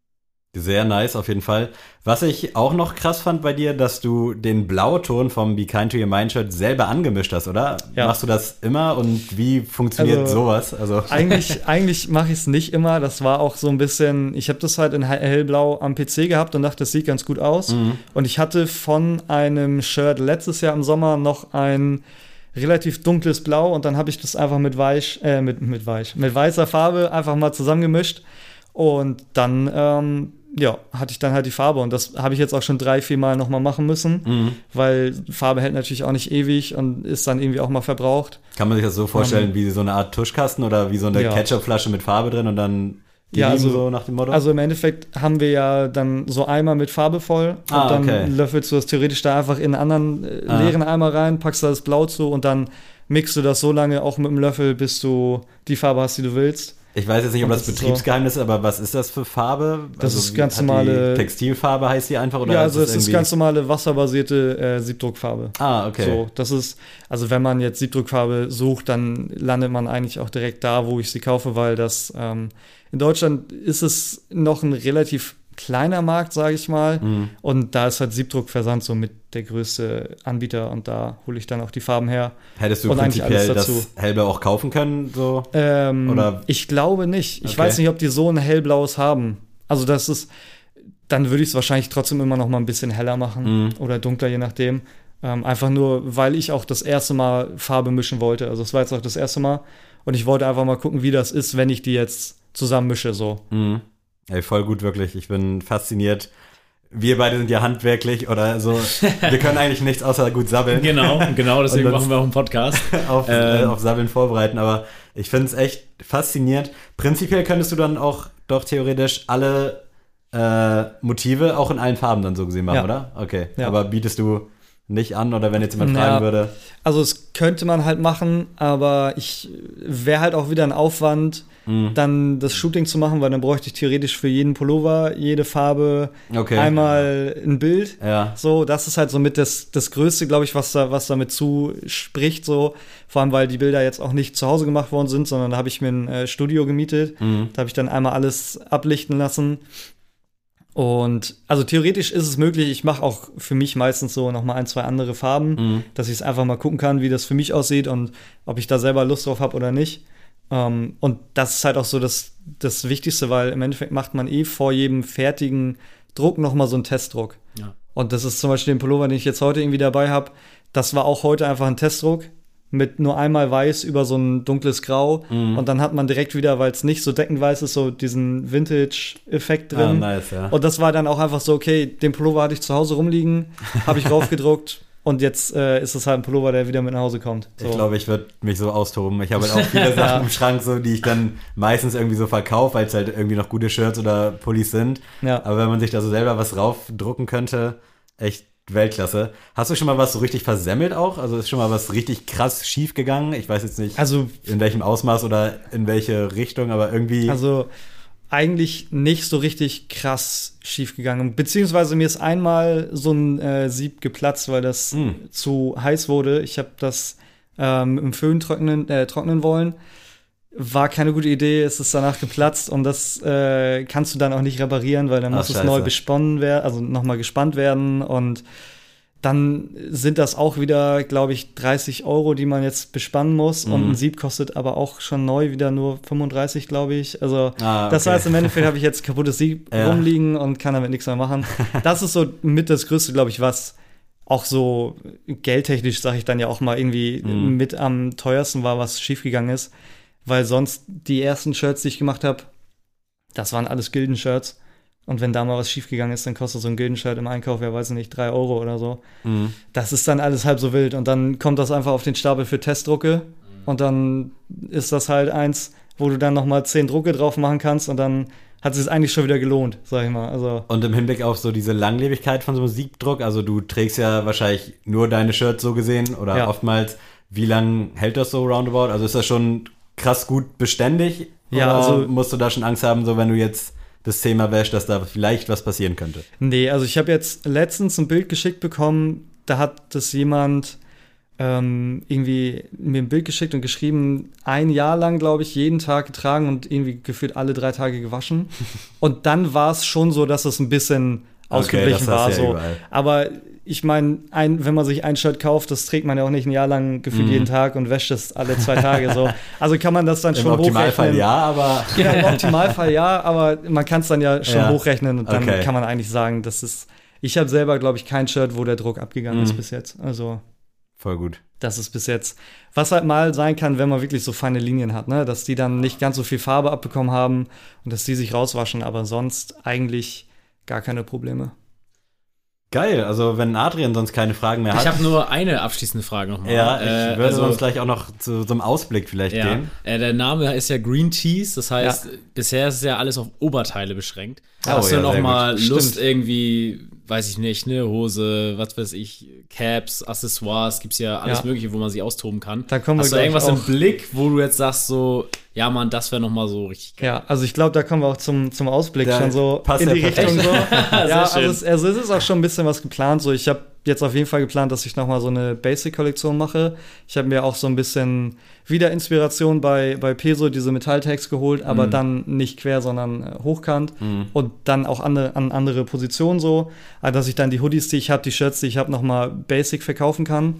C: Sehr nice, auf jeden Fall. Was ich auch noch krass fand bei dir, dass du den Blauton vom Be Kind to Your Mind Shirt selber angemischt hast, oder?
D: Ja.
C: Machst du das immer und wie funktioniert
D: Also,
C: sowas? Also
D: Eigentlich, eigentlich mache ich es nicht immer. Das war auch so ein bisschen, ich habe das halt in hell- hellblau am P C gehabt und dachte, das sieht ganz gut aus.
C: Mhm.
D: Und ich hatte von einem Shirt letztes Jahr im Sommer noch ein relativ dunkles Blau und dann habe ich das einfach mit weich, äh, mit, mit weich, mit weißer Farbe einfach mal zusammengemischt. Und dann, ähm, ja, hatte ich dann halt die Farbe und das habe ich jetzt auch schon drei, vier Mal nochmal machen müssen,
C: Mhm.
D: weil Farbe hält natürlich auch nicht ewig und ist dann irgendwie auch mal verbraucht.
C: Kann man sich das so vorstellen, wie so eine Art Tuschkasten oder wie so eine
D: Ja.
C: Ketchupflasche mit Farbe drin und dann die
D: Ja,
C: lieben
D: also-
C: so nach dem Motto?
D: Also im Endeffekt haben wir ja dann so Eimer mit Farbe voll und
C: Ah,
D: dann
C: okay.
D: löffelst du das theoretisch da einfach in einen anderen äh,
C: Ah.
D: leeren Eimer rein, packst da das Blau zu und dann mixt du das so lange auch mit dem Löffel, bis du die Farbe hast, die du willst.
C: Ich weiß jetzt nicht, ob
D: Und
C: das
D: das ist
C: Betriebsgeheimnis ist, aber was ist das für Farbe?
D: Das ist
C: wie-
D: ganz
C: hat
D: normale-
C: Die Textilfarbe heißt die einfach? Oder
D: ja, also
C: ist
D: es ist
C: irgendwie-
D: ganz normale wasserbasierte äh, Siebdruckfarbe.
C: Ah, okay.
D: So, das ist, also wenn man jetzt Siebdruckfarbe sucht, dann landet man eigentlich auch direkt da, wo ich sie kaufe, weil das ähm, in Deutschland ist es noch ein relativ kleiner Markt, sage ich mal.
C: Mhm.
D: Und da ist halt Siebdruckversand so mit der größte Anbieter und da hole ich dann auch die Farben her.
C: Hättest du
D: Und eigentlich
C: prinzipiell
D: alles
C: das
D: dazu.
C: Hellblau auch kaufen können? So?
D: Ähm,
C: Oder-
D: Ich glaube nicht. Ich
C: Okay.
D: weiß nicht, ob die so ein hellblaues haben. Also das ist, dann würde ich es wahrscheinlich trotzdem immer noch mal ein bisschen heller machen
C: Mhm.
D: oder dunkler, je nachdem. Ähm, einfach nur, weil ich auch das erste Mal Farbe mischen wollte. Also es war jetzt auch das erste Mal und ich wollte einfach mal gucken, wie das ist, wenn ich die jetzt zusammen mische. So.
C: Mhm. Ey, voll gut, wirklich. Ich bin fasziniert. Wir beide sind ja handwerklich oder so. Wir können eigentlich nichts außer gut sabbeln.
B: Genau, genau, deswegen
C: Und das-
B: machen wir auch einen Podcast.
C: auf,
B: Ähm.
C: äh, auf Sabbeln vorbereiten, aber ich finde es echt faszinierend. Prinzipiell könntest du dann auch doch theoretisch alle äh, Motive auch in allen Farben dann so gesehen machen,
D: Ja.
C: oder? Okay,
D: Ja.
C: aber bietest du nicht an oder wenn jetzt jemand
D: Ja.
C: fragen würde?
D: Also es könnte man halt machen, aber ich wäre halt auch wieder ein Aufwand,
C: Mhm.
D: dann das Shooting zu machen, weil dann bräuchte ich theoretisch für jeden Pullover, jede Farbe
C: Okay.
D: einmal ein Bild.
C: Ja.
D: So, das ist halt so mit das, das Größte, glaube ich, was da, was damit zuspricht, so. Vor allem, weil die Bilder jetzt auch nicht zu Hause gemacht worden sind, sondern da habe ich mir ein äh, Studio gemietet.
C: Mhm.
D: Da habe ich dann einmal alles ablichten lassen. Und also theoretisch ist es möglich, ich mache auch für mich meistens so noch mal ein, zwei andere Farben,
C: Mhm.
D: dass ich es einfach mal gucken kann, wie das für mich aussieht und ob ich da selber Lust drauf habe oder nicht. Ähm, und das ist halt auch so das, das Wichtigste, weil im Endeffekt macht man eh vor jedem fertigen Druck noch mal so einen Testdruck.
B: Ja.
D: Und das ist zum Beispiel den Pullover, den ich jetzt heute irgendwie dabei habe. Das war auch heute einfach ein Testdruck mit nur einmal weiß über so ein dunkles Grau.
C: Mhm.
D: Und dann hat man direkt wieder, weil es nicht so deckend weiß ist, so diesen Vintage-Effekt
C: Ah,
D: drin.
C: nice, ja.
D: Und das war dann auch einfach so, okay, den Pullover hatte ich zu Hause rumliegen, habe ich raufgedruckt und jetzt äh, ist es halt ein Pullover, der wieder mit nach Hause kommt. So.
C: Ich glaube, ich würde mich so austoben. Ich habe halt auch viele Sachen im Schrank, so, die ich dann meistens irgendwie so verkaufe, weil es halt irgendwie noch gute Shirts oder Pullis sind.
D: Ja.
C: Aber wenn man sich da so selber was raufdrucken könnte, echt Weltklasse. Hast du schon mal was so richtig versemmelt auch? Also ist schon mal was richtig krass schief gegangen? Ich weiß jetzt nicht,
D: Also,
C: in welchem Ausmaß oder in welche Richtung, aber irgendwie.
D: also eigentlich nicht so richtig krass schief gegangen. Beziehungsweise mir ist einmal so ein äh, Sieb geplatzt, weil das
C: Hm.
D: zu heiß wurde. Ich habe das ähm, im Föhn trocknen, äh, trocknen wollen. War keine gute Idee, es ist danach geplatzt und das äh, kannst du dann auch nicht reparieren, weil dann
C: Ach,
D: muss es
C: scheiße.
D: neu besponnen werden, also nochmal gespannt werden und dann sind das auch wieder, glaube ich, dreißig Euro, die man jetzt bespannen muss. Und
C: Mhm.
D: ein Sieb kostet aber auch schon neu wieder nur fünfunddreißig, glaube ich. Also
C: Ah,
D: das
C: okay.
D: heißt, im Endeffekt habe ich jetzt kaputtes Sieb
C: Ja.
D: rumliegen und kann damit nichts mehr machen. Das ist so mit das Größte, glaube ich, was auch so geldtechnisch, sage ich dann ja auch mal, irgendwie
C: Mhm.
D: mit am teuersten war, was schiefgegangen ist. Weil sonst die ersten Shirts, die ich gemacht habe, das waren alles Gilden-Shirts. Und wenn da mal was schiefgegangen ist, dann kostet so ein Gilden-Shirt im Einkauf, ja weiß ich nicht, drei Euro oder so.
C: Mhm.
D: Das ist dann alles halb so wild. Und dann kommt das einfach auf den Stapel für Testdrucke. Und dann ist das halt eins, wo du dann noch mal zehn Drucke drauf machen kannst. Und dann hat es sich eigentlich schon wieder gelohnt, sag ich mal. Also
C: Und im Hinblick auf so diese Langlebigkeit von so einem Siebdruck, also du trägst ja wahrscheinlich nur deine Shirts so gesehen oder
D: Ja.
C: oftmals. Wie lang hält das so roundabout? Also ist das schon krass gut beständig?
D: Ja,
C: oder
D: also-
C: musst du da schon Angst haben, so wenn du jetzt das Thema wäschst, dass da vielleicht was passieren könnte?
D: nee, also ich habe jetzt letztens ein Bild geschickt bekommen, da hat das jemand ähm, irgendwie mir ein Bild geschickt und geschrieben, ein Jahr lang, glaube ich, jeden Tag getragen und irgendwie gefühlt alle drei Tage gewaschen. Und dann war es schon so, dass es ein bisschen ausgeglichen
C: das hast
D: war.
C: du ja
D: So.
C: überall.
D: Aber ich meine, ein, wenn man sich ein Shirt kauft, das trägt man ja auch nicht ein Jahr lang gefühlt
C: Mhm.
D: jeden Tag und wäscht es alle zwei Tage. So. Also kann man das dann
C: Im
D: schon
C: Optimalfall
D: hochrechnen.
C: ja, aber
D: Ja, im Optimalfall ja, aber man kann es dann ja schon
C: Ja.
D: hochrechnen und dann
C: Okay.
D: kann man eigentlich sagen, das ist. Ich habe selber, glaube ich, kein Shirt, wo der Druck abgegangen
C: Mhm.
D: ist bis jetzt. Also,
C: voll gut.
D: das ist bis jetzt. Was halt mal sein kann, wenn man wirklich so feine Linien hat, ne? Dass die dann nicht ganz so viel Farbe abbekommen haben und dass die sich rauswaschen, aber sonst eigentlich gar keine Probleme.
C: Geil, also wenn Adrian sonst keine Fragen mehr hat.
B: Ich habe nur eine abschließende Frage nochmal.
C: Ja, ich
B: äh,
C: würde
B: also,
C: uns gleich auch noch zu so einem Ausblick vielleicht
B: ja,
C: gehen.
B: äh, der Name ist ja Green Tees, das heißt,
D: Ja.
B: bisher ist es ja alles auf Oberteile beschränkt.
C: Oh,
B: Hast
C: ja,
B: du noch
C: sehr
B: mal
D: gut.
B: Lust
D: Stimmt.
B: irgendwie, weiß ich nicht, ne, Hose, was weiß ich, Caps, Accessoires, gibt's ja alles
D: Ja.
B: Mögliche, wo man sich austoben kann.
D: Da kommen wir
B: Hast du
D: gleich
B: irgendwas im
D: auch-
B: Blick, wo du jetzt sagst so, ja Mann, das wäre noch mal so richtig geil.
D: Ja, also ich glaube, da kommen wir auch zum, zum Ausblick
C: Da
D: schon so
C: passt
D: in
C: ja
D: die
C: perfekt.
D: Richtung so. Ja, also
B: schön.
D: es, also es ist auch schon ein bisschen was geplant. So, ich habe jetzt auf jeden Fall geplant, dass ich nochmal so eine Basic-Kollektion mache. Ich habe mir auch so ein bisschen wieder Inspiration bei, bei Peso, diese Metalltags geholt, aber
C: Mhm.
D: dann nicht quer, sondern äh, hochkant
C: Mhm.
D: und dann auch andere, an andere Positionen so, also dass ich dann die Hoodies, die ich habe, die Shirts, die ich habe, nochmal Basic verkaufen kann.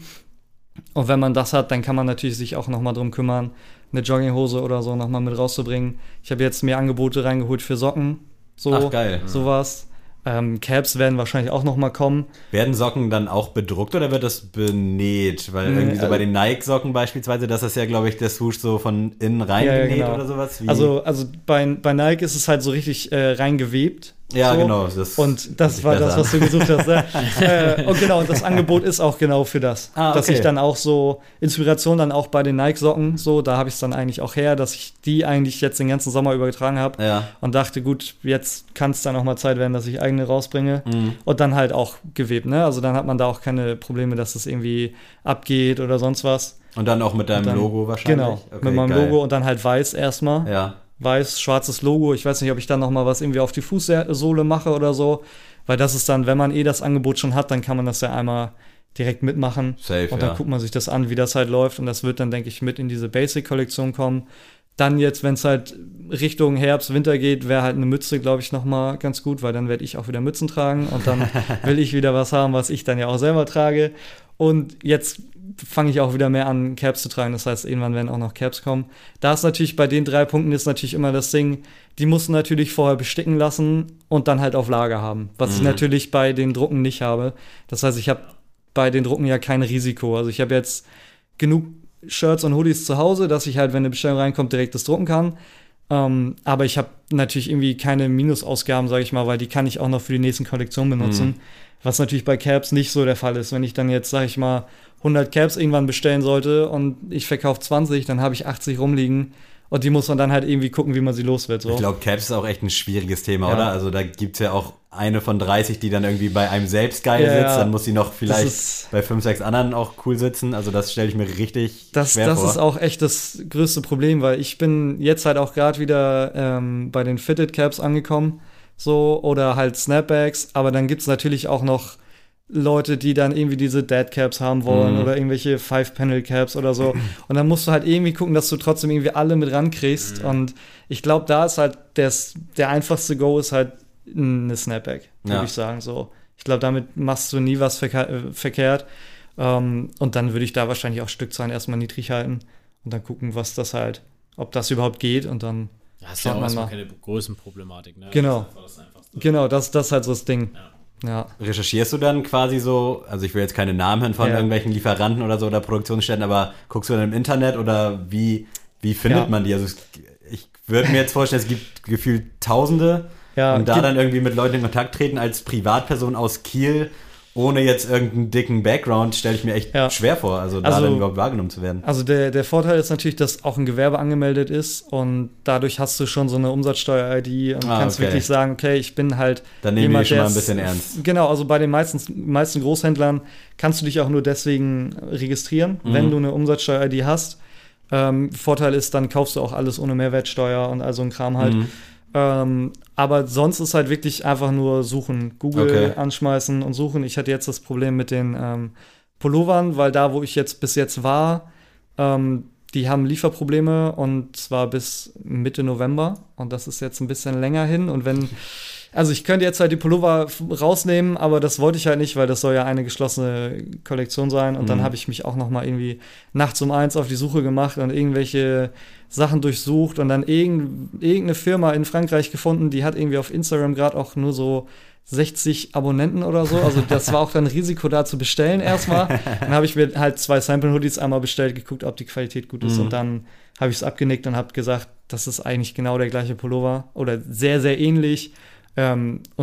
D: Und wenn man das hat, dann kann man natürlich sich auch nochmal drum kümmern, eine Jogginghose oder so nochmal mit rauszubringen. Ich habe jetzt mir Angebote reingeholt für Socken, so
C: Ach, geil.
D: sowas. Ähm, Caps werden wahrscheinlich auch nochmal kommen.
C: Werden Socken dann auch bedruckt oder wird das benäht? Weil
D: Nee,
C: irgendwie so
D: also-
C: bei den Nike-Socken beispielsweise, das ist ja, glaube ich, der Swoosh so von innen rein
D: Ja, ja,
C: genäht
D: genau.
C: oder sowas. Wie?
D: Also, also bei, bei Nike ist es halt so richtig äh, reingewebt.
C: ja,
D: so.
C: genau. Das
D: Und
C: hört
D: das
C: sich
D: war
C: besser
D: das,
C: an.
D: was du gesucht hast. Ne? äh, und genau, und das Angebot ist auch genau für das.
C: Ah,
D: Dass
C: okay.
D: ich dann auch so, Inspiration dann auch bei den Nike-Socken, so, da habe ich es dann eigentlich auch her, dass ich die eigentlich jetzt den ganzen Sommer übergetragen habe.
C: Ja.
D: Und dachte, gut, jetzt kann es dann auch mal Zeit werden, dass ich eigene rausbringe.
C: Mhm.
D: Und dann halt auch gewebt, ne? Also dann hat man da auch keine Probleme, dass es irgendwie abgeht oder sonst was.
C: Und dann auch mit deinem
D: Und dann-
C: Logo wahrscheinlich?
D: Genau,
C: Okay,
D: mit meinem
C: geil.
D: Logo und dann halt weiß erstmal.
C: Ja.
D: Weiß, schwarzes Logo. Ich weiß nicht, ob ich dann noch mal was irgendwie auf die Fußsohle mache oder so. Weil das ist dann, wenn man eh das Angebot schon hat, dann kann man das ja einmal direkt mitmachen.
C: Safe,
D: Und dann
C: ja.
D: guckt man sich das an, wie das halt läuft. Und das wird dann, denke ich, mit in diese Basic-Kollektion kommen. Dann jetzt, wenn es halt Richtung Herbst, Winter geht, wäre halt eine Mütze, glaube ich, noch mal ganz gut, weil dann werde ich auch wieder Mützen tragen. Und dann will ich wieder was haben, was ich dann ja auch selber trage. Und jetzt fange ich auch wieder mehr an, Caps zu tragen. Das heißt, irgendwann werden auch noch Caps kommen. Da ist natürlich bei den drei Punkten ist natürlich immer das Ding, die mussten natürlich vorher besticken lassen und dann halt auf Lager haben. Was ich
C: Mhm.
D: natürlich bei den Drucken nicht habe. Das heißt, ich habe bei den Drucken ja kein Risiko. Also ich habe jetzt genug Shirts und Hoodies zu Hause, dass ich halt, wenn eine Bestellung reinkommt, direkt das drucken kann. Ähm, aber ich habe natürlich irgendwie keine Minusausgaben, sage ich mal, weil die kann ich auch noch für die nächsten Kollektionen benutzen.
C: Mhm.
D: Was natürlich bei Caps nicht so der Fall ist. Wenn ich dann jetzt, sage ich mal, hundert Caps irgendwann bestellen sollte und ich verkaufe zwanzig, dann habe ich achtzig rumliegen und die muss man dann halt irgendwie gucken, wie man sie los wird. So.
C: Ich glaube, Caps ist auch echt ein schwieriges Thema,
D: Ja.
C: oder? Also da gibt es ja auch eine von dreißig, die dann irgendwie bei einem selbst geil
D: Ja,
C: sitzt.
D: ja.
C: Dann muss sie noch vielleicht
D: ist-
C: bei fünf, sechs anderen auch cool sitzen. Also das stelle ich mir richtig
D: Das,
C: schwer
D: das
C: vor.
D: ist auch echt das größte Problem, weil ich bin jetzt halt auch gerade wieder ähm, bei den Fitted Caps angekommen, so, oder halt Snapbacks, aber dann gibt es natürlich auch noch Leute, die dann irgendwie diese Dead Caps haben wollen
C: Mhm.
D: oder irgendwelche Five-Panel-Caps oder so. Und dann musst du halt irgendwie gucken, dass du trotzdem irgendwie alle mit rankriegst.
C: Mhm.
D: Und ich glaube, da ist halt des, der einfachste Go ist halt eine Snapback, würde
C: Ja.
D: ich sagen. So. Ich glaube, damit machst du nie was verke äh, verkehrt. Ähm, und dann würde ich da wahrscheinlich auch Stückzahlen erstmal niedrig halten und dann gucken, was das halt, ob das überhaupt geht. Und dann,
B: Ja, hast ja
D: Schaut
B: auch
D: man
B: erstmal
D: mal.
B: keine Größenproblematik, ne?
D: Genau.
B: Das ist einfach das Einfachste.
D: genau, das, das ist halt so das Ding.
B: Ja.
D: Ja.
C: Recherchierst du dann quasi so, also ich will jetzt keine Namen hören von
D: Ja.
C: irgendwelchen Lieferanten oder so oder Produktionsstätten, aber guckst du dann im Internet oder wie, wie findet
D: Ja.
C: man die? Also es, ich würde mir jetzt vorstellen, es gibt gefühlt Tausende
D: Ja,
C: und da
D: gibt-
C: dann irgendwie mit Leuten in Kontakt treten als Privatperson aus Kiel, ohne jetzt irgendeinen dicken Background, stelle ich mir echt
D: Ja.
C: schwer vor, also da
D: Also-
C: dann überhaupt wahrgenommen zu werden.
D: Also der, der Vorteil ist natürlich, dass auch ein Gewerbe angemeldet ist und dadurch hast du schon so eine Umsatzsteuer-I D und
C: Ah,
D: kannst
C: okay.
D: wirklich sagen, okay, ich bin halt
C: Dann nehmen wir
D: jemand,
C: die schon mal ein
D: der's-
C: bisschen ernst.
D: Genau, also bei den meisten, meisten Großhändlern kannst du dich auch nur deswegen registrieren,
C: Mhm.
D: wenn du eine Umsatzsteuer-I D hast. Ähm, Vorteil ist, dann kaufst du auch alles ohne Mehrwertsteuer und all so ein Kram halt.
C: Mhm.
D: Ähm, aber sonst ist halt wirklich einfach nur suchen. Google
C: Okay.
D: anschmeißen und suchen. Ich hatte jetzt das Problem mit den ähm, Pullovern, weil da, wo ich jetzt bis jetzt war, ähm, die haben Lieferprobleme und zwar bis Mitte November. Und das ist jetzt ein bisschen länger hin. Und wenn, also ich könnte jetzt halt die Pullover f- rausnehmen, aber das wollte ich halt nicht, weil das soll ja eine geschlossene Kollektion sein. Und
C: Mhm.
D: dann habe ich mich auch noch mal irgendwie nachts um eins auf die Suche gemacht und irgendwelche Sachen durchsucht und dann irgend, irgendeine Firma in Frankreich gefunden, die hat irgendwie auf Instagram gerade auch nur so sechzig Abonnenten oder so. Also das war auch dann ein Risiko da zu bestellen erstmal. Dann habe ich mir halt zwei Sample-Hoodies einmal bestellt, geguckt, ob die Qualität gut ist
C: Mhm.
D: und dann habe ich es abgenickt und habe gesagt, das ist eigentlich genau der gleiche Pullover oder sehr, sehr ähnlich. Ähm, und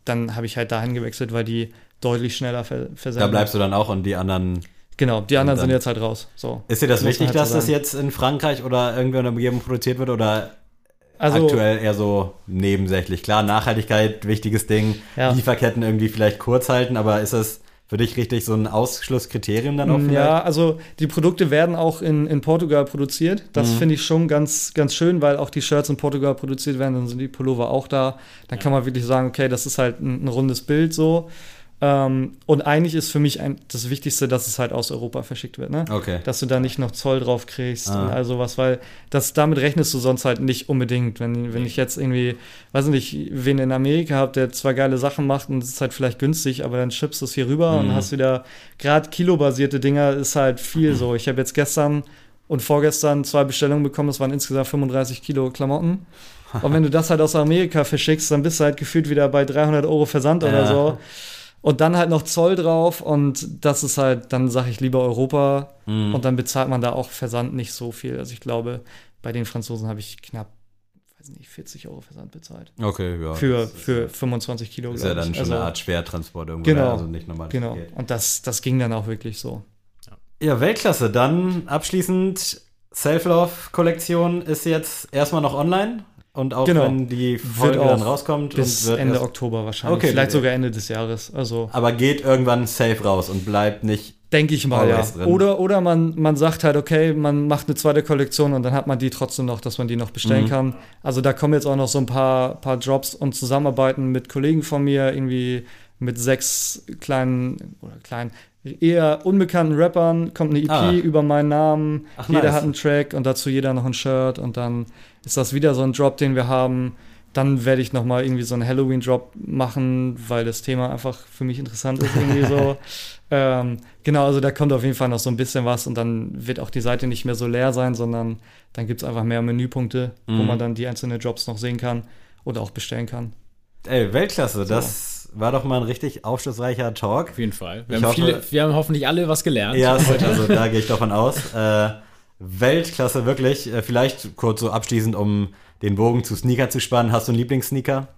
D: dann habe ich halt dahin gewechselt, weil die deutlich schneller ver versenden.
C: Da bleibst du dann auch und die anderen.
D: Genau, die anderen
C: dann,
D: sind jetzt halt raus. So.
C: Ist dir das
D: Muss
C: wichtig,
D: man halt
C: dass
D: so
C: das
D: sagen.
C: jetzt in Frankreich oder irgendwo in der Umgebung produziert wird oder
D: Also,
C: aktuell eher so nebensächlich? Klar, Nachhaltigkeit, wichtiges Ding,
D: Ja.
C: Lieferketten irgendwie vielleicht kurz halten, aber ist das für dich richtig so ein Ausschlusskriterium dann auch vielleicht?
D: Ja, also die Produkte werden auch in, in Portugal produziert. Das
C: Mhm.
D: finde ich schon ganz, ganz schön, weil auch die Shirts in Portugal produziert werden, dann sind die Pullover auch da. Dann kann man wirklich sagen, okay, das ist halt ein, ein rundes Bild so. Ähm, und eigentlich ist für mich ein, das Wichtigste, dass es halt aus Europa verschickt wird, ne?
C: Okay.
D: Dass du da nicht noch Zoll drauf kriegst
C: Ah.
D: und all sowas, weil das, damit rechnest du sonst halt nicht unbedingt. Wenn, wenn ich jetzt irgendwie, weiß nicht, wen in Amerika habe, der zwar geile Sachen macht und es ist halt vielleicht günstig, aber dann schippst du es hier rüber
C: Mhm.
D: und hast wieder, gerade kilobasierte Dinger ist halt viel so. Ich habe jetzt gestern und vorgestern zwei Bestellungen bekommen, es waren insgesamt fünfunddreißig Kilo Klamotten. Und wenn du das halt aus Amerika verschickst, dann bist du halt gefühlt wieder bei dreihundert Euro Versand oder
C: Ja.
D: so. Und dann halt noch Zoll drauf und das ist halt, dann sage ich lieber Europa
C: Mhm.
D: und dann bezahlt man da auch Versand nicht so viel. Also ich glaube, bei den Franzosen habe ich knapp, weiß nicht, vierzig Euro Versand bezahlt.
C: Okay, ja.
D: Für, für fünfundzwanzig Kilo,
C: ist ja
D: glaub
C: dann
D: ich.
C: schon
D: Also,
C: eine Art Schwertransport irgendwo,
D: Genau.
C: ne? Also nicht normal.
D: Genau. Und das, das ging dann auch wirklich so.
C: Ja, Weltklasse. Dann abschließend, Self-Love-Kollektion ist jetzt erstmal noch online und auch
D: Genau.
C: wenn die Folge
D: auch
C: dann rauskommt
D: Bis
C: und wird
D: Ende
C: erst,
D: Oktober wahrscheinlich.
C: Okay.
D: Vielleicht sogar Ende des Jahres. Also
C: aber geht irgendwann safe raus und bleibt nicht.
D: denke ich mal, ja.
C: Always drin.
D: Oder, oder man, man sagt halt, okay, man macht eine zweite Kollektion und dann hat man die trotzdem noch, dass man die noch bestellen
C: Mhm.
D: kann. Also da kommen jetzt auch noch so ein paar, paar Drops und Zusammenarbeiten mit Kollegen von mir, irgendwie mit sechs kleinen oder kleinen, eher unbekannten Rappern, kommt eine E P
C: Ah.
D: über meinen Namen,
C: Ach,
D: jeder
C: nice.
D: hat einen Track und dazu jeder noch ein Shirt und dann ist das wieder so ein Drop, den wir haben. Dann werde ich noch mal irgendwie so einen Halloween-Drop machen, weil das Thema einfach für mich interessant ist irgendwie so. Ähm, genau, also da kommt auf jeden Fall noch so ein bisschen was und dann wird auch die Seite nicht mehr so leer sein, sondern dann gibt es einfach mehr Menüpunkte, wo
C: Mhm.
D: man dann die einzelnen Jobs noch sehen kann oder auch bestellen kann.
C: Ey, Weltklasse, das war doch mal ein richtig aufschlussreicher Talk.
B: Auf jeden Fall. Wir
C: Ich
B: haben,
C: hoffe-
B: viele, wir haben hoffentlich alle was gelernt.
C: Ja, also da gehe ich davon aus. Äh, Weltklasse, wirklich. Äh, vielleicht kurz so abschließend, um den Bogen zu Sneaker zu spannen. Hast du einen Lieblingssneaker?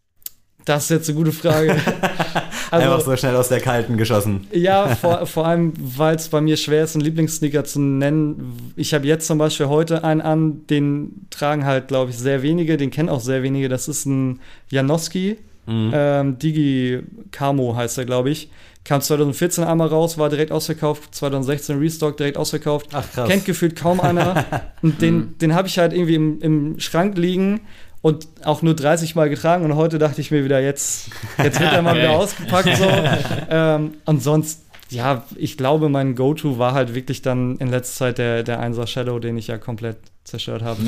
D: Das ist jetzt eine gute Frage. Also,
C: Einfach so schnell aus der Kalten geschossen.
D: Ja, vor, vor allem, weil es bei mir schwer ist, einen Lieblingssneaker zu nennen. Ich habe jetzt zum Beispiel heute einen an, den tragen halt, glaube ich, sehr wenige, den kennen auch sehr wenige. Das ist ein Janowski,
C: Mhm.
D: ähm, Digi Camo heißt er, glaube ich. Kam zwanzig vierzehn einmal raus, war direkt ausverkauft, zwanzig sechzehn Restock, direkt ausverkauft.
C: Ach, krass.
D: Kennt gefühlt kaum einer. Und den, den habe ich halt irgendwie im, im Schrank liegen und auch nur dreißig Mal getragen. Und heute dachte ich mir wieder, jetzt, jetzt wird er mal wieder
B: Okay.
D: ausgepackt. So. ähm, und sonst, ja, ich glaube, mein Go-To war halt wirklich dann in letzter Zeit der, der Einser Shadow, den ich ja komplett zerstört habe.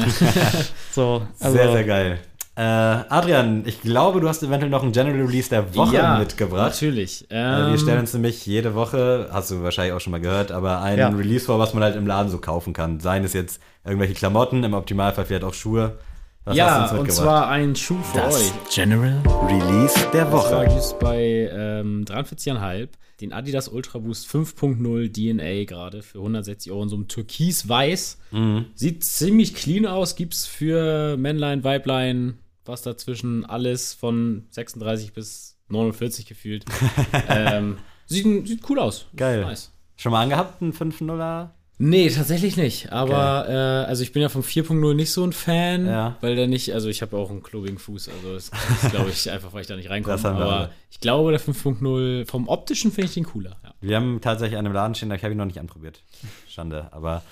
D: so, also,
C: Sehr, sehr geil. Äh, Adrian, ich glaube, du hast eventuell noch einen General Release der Woche
B: ja,
C: mitgebracht.
B: Natürlich.
C: Äh,
B: Ähm,
C: wir stellen uns nämlich jede Woche, hast du wahrscheinlich auch schon mal gehört, aber einen
D: Ja.
C: Release vor, was man halt im Laden so kaufen kann. Seien es jetzt irgendwelche Klamotten, im Optimalfall vielleicht auch Schuhe. Was hast du
B: ja,
C: uns
B: und
C: mitgebracht?
B: zwar ein Schuh für euch.
C: General Release der
B: Und zwar gibt es bei ähm, dreiundvierzig Komma fünf den Adidas Ultra Boost fünf Punkt null D N A gerade für hundertsechzig Euro in so einem Türkis-Weiß.
C: Mhm.
B: Sieht ziemlich clean aus. Gibt's für Männlein, Weiblein, was dazwischen, alles von sechsunddreißig bis neunundvierzig gefühlt. ähm, sieht, sieht cool aus.
C: Geil.
B: Nice.
C: Schon mal angehabt, ein fünf Punkt nuller?
B: Nee, tatsächlich nicht. Aber äh, also ich bin ja vom vier Punkt null nicht so ein Fan,
C: Ja.
B: weil der nicht, also ich habe auch einen klobigen Fuß, also das ist, glaube ich, einfach, weil ich da nicht reinkomme.
C: Das haben wir
B: Aber
C: alle.
B: ich glaube, der fünf Punkt null vom optischen finde ich den cooler. Ja.
C: Wir haben tatsächlich einen im Laden stehen, da habe ich noch nicht anprobiert. Schande, aber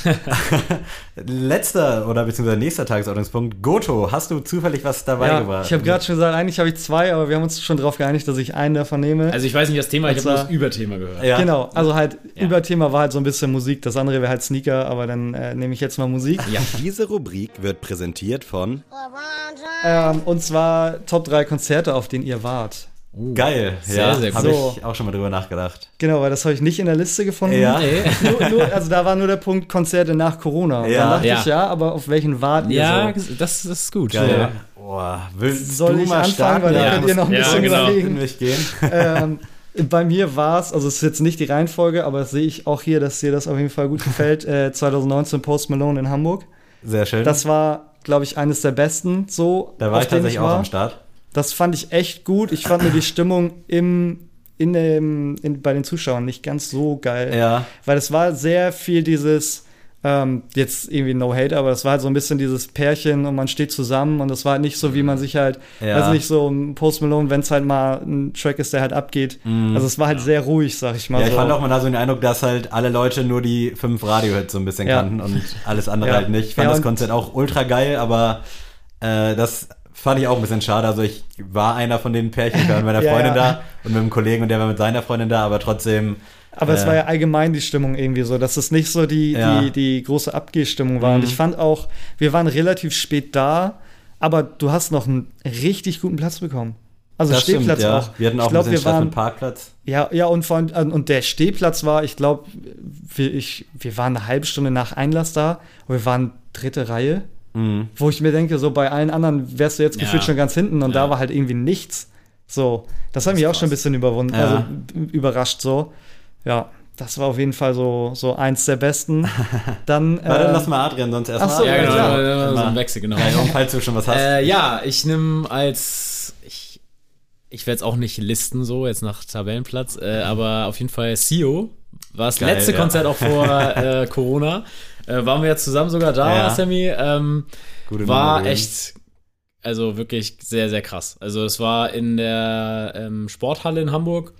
C: letzter oder beziehungsweise nächster Tagesordnungspunkt. Goto, hast du zufällig was dabei
D: ja,
C: gebracht?
D: ich habe gerade schon gesagt, eigentlich habe ich zwei, aber wir haben uns schon darauf geeinigt, dass ich einen davon nehme.
B: Also ich weiß nicht das Thema, ich
D: Das
B: habe nur
D: war-
B: das Überthema gehört.
C: Ja.
D: Genau, also halt
B: Ja.
D: Überthema war halt so ein bisschen Musik, das andere wäre halt Sneaker, aber dann äh, nehme ich jetzt mal Musik.
B: Ja.
C: Diese Rubrik wird präsentiert von
D: Ähm, und zwar Top drei Konzerte, auf denen ihr wart.
C: Geil.
B: Sehr,
C: ja,
B: sehr
C: habe
D: gut.
C: ich auch schon mal drüber nachgedacht.
D: Genau, weil das habe ich nicht in der Liste gefunden.
C: Ja.
B: Nee.
D: Nur, nur, also da war nur der Punkt Konzerte nach Corona. Und
C: Ja.
D: dann dachte
B: Ja.
D: ich, ja, aber auf welchen wart ihr
B: Ja,
D: so?
B: das, das ist gut.
C: Geil.
B: Ja.
C: Boah, willst
D: Soll
C: du
D: ich
C: mal
D: anfangen,
C: starten?
D: weil da
B: Ja.
D: könnt ihr noch ein
B: Ja,
D: bisschen
B: genau.
C: In
D: überlegen.
C: mich gehen.
D: ähm, bei mir war es, also es ist jetzt nicht die Reihenfolge, aber das sehe ich auch hier, dass dir das auf jeden Fall gut gefällt, äh, zwanzig neunzehn Post Malone in Hamburg.
C: Sehr schön.
D: Das war, glaube ich, eines der besten so.
C: da war
D: auf
C: ich
D: denen
C: tatsächlich auch
D: war.
C: am Start.
D: Das fand ich echt gut. Ich fand nur die Stimmung im, in dem, in, bei den Zuschauern nicht ganz so geil.
C: Ja.
D: Weil es war sehr viel dieses, ähm, jetzt irgendwie no hate, aber es war halt so ein bisschen dieses Pärchen und man steht zusammen und es war halt nicht so, wie man sich halt,
C: Ja.
D: also nicht so ein Post Malone, wenn es halt mal ein Track ist, der halt abgeht.
C: Mhm.
D: Also es war halt sehr ruhig, sag ich mal
C: Ja,
D: so.
C: ich fand auch mal da so den Eindruck, dass halt alle Leute nur die fünf Radio-Hits so ein bisschen
D: Ja.
C: kannten und alles andere
D: Ja.
C: halt nicht. Ich fand
D: Ja,
C: das
D: und-
C: Konzert auch ultra geil, aber äh, das fand ich auch ein bisschen schade. Also ich war einer von den Pärchen, ich war mit meiner
D: Ja,
C: Freundin
D: ja.
C: da und mit einem Kollegen und der war mit seiner Freundin da, aber trotzdem.
D: Aber es
C: äh,
D: war ja allgemein die Stimmung irgendwie so, dass es nicht so die,
C: Ja.
D: die, die große Abgehstimmung war.
C: Mhm.
D: Und ich fand auch, wir waren relativ spät da, aber du hast noch einen richtig guten Platz bekommen. Also
C: das
D: Stehplatz
C: stimmt, ja.
D: auch.
C: Wir hatten auch
D: ich glaub,
C: ein bisschen
D: wir
C: Stress
D: waren,
C: mit Parkplatz.
D: Ja, ja, und, von, und der Stehplatz war, ich glaube, wir, ich, wir waren eine halbe Stunde nach Einlass da und wir waren dritte Reihe,
C: Mhm.
D: wo ich mir denke, so bei allen anderen wärst du jetzt
B: Ja.
D: gefühlt schon ganz hinten und
B: Ja.
D: da war halt irgendwie nichts. So, das hat
B: Das
D: mich
B: ist
D: auch schon ein
B: krass.
D: bisschen überwunden,
C: Ja.
D: also b- überrascht so. Ja, das war auf jeden Fall so, so eins der besten. Dann,
C: Warte,
D: äh,
C: lass mal Adrian sonst erstmal.
D: ach so,
B: Ja,
D: ja,
B: genau,
D: klar.
B: ja, so
C: Immer.
B: ein Wechsel, genau.
C: Ja, falls du schon was hast.
B: Äh, ja, ich nehme als, ich, ich werde es auch nicht listen so, jetzt nach Tabellenplatz, äh, aber auf jeden Fall Sio war das
C: Geil,
B: letzte
C: ja.
B: Konzert auch vor äh, Corona. Äh, waren wir jetzt zusammen sogar da,
C: Ja.
B: Sammy. Ähm,
C: Gute
B: war
C: Nummer gewesen.
B: echt, also wirklich sehr, sehr krass. Also es war in der ähm, Sporthalle in Hamburg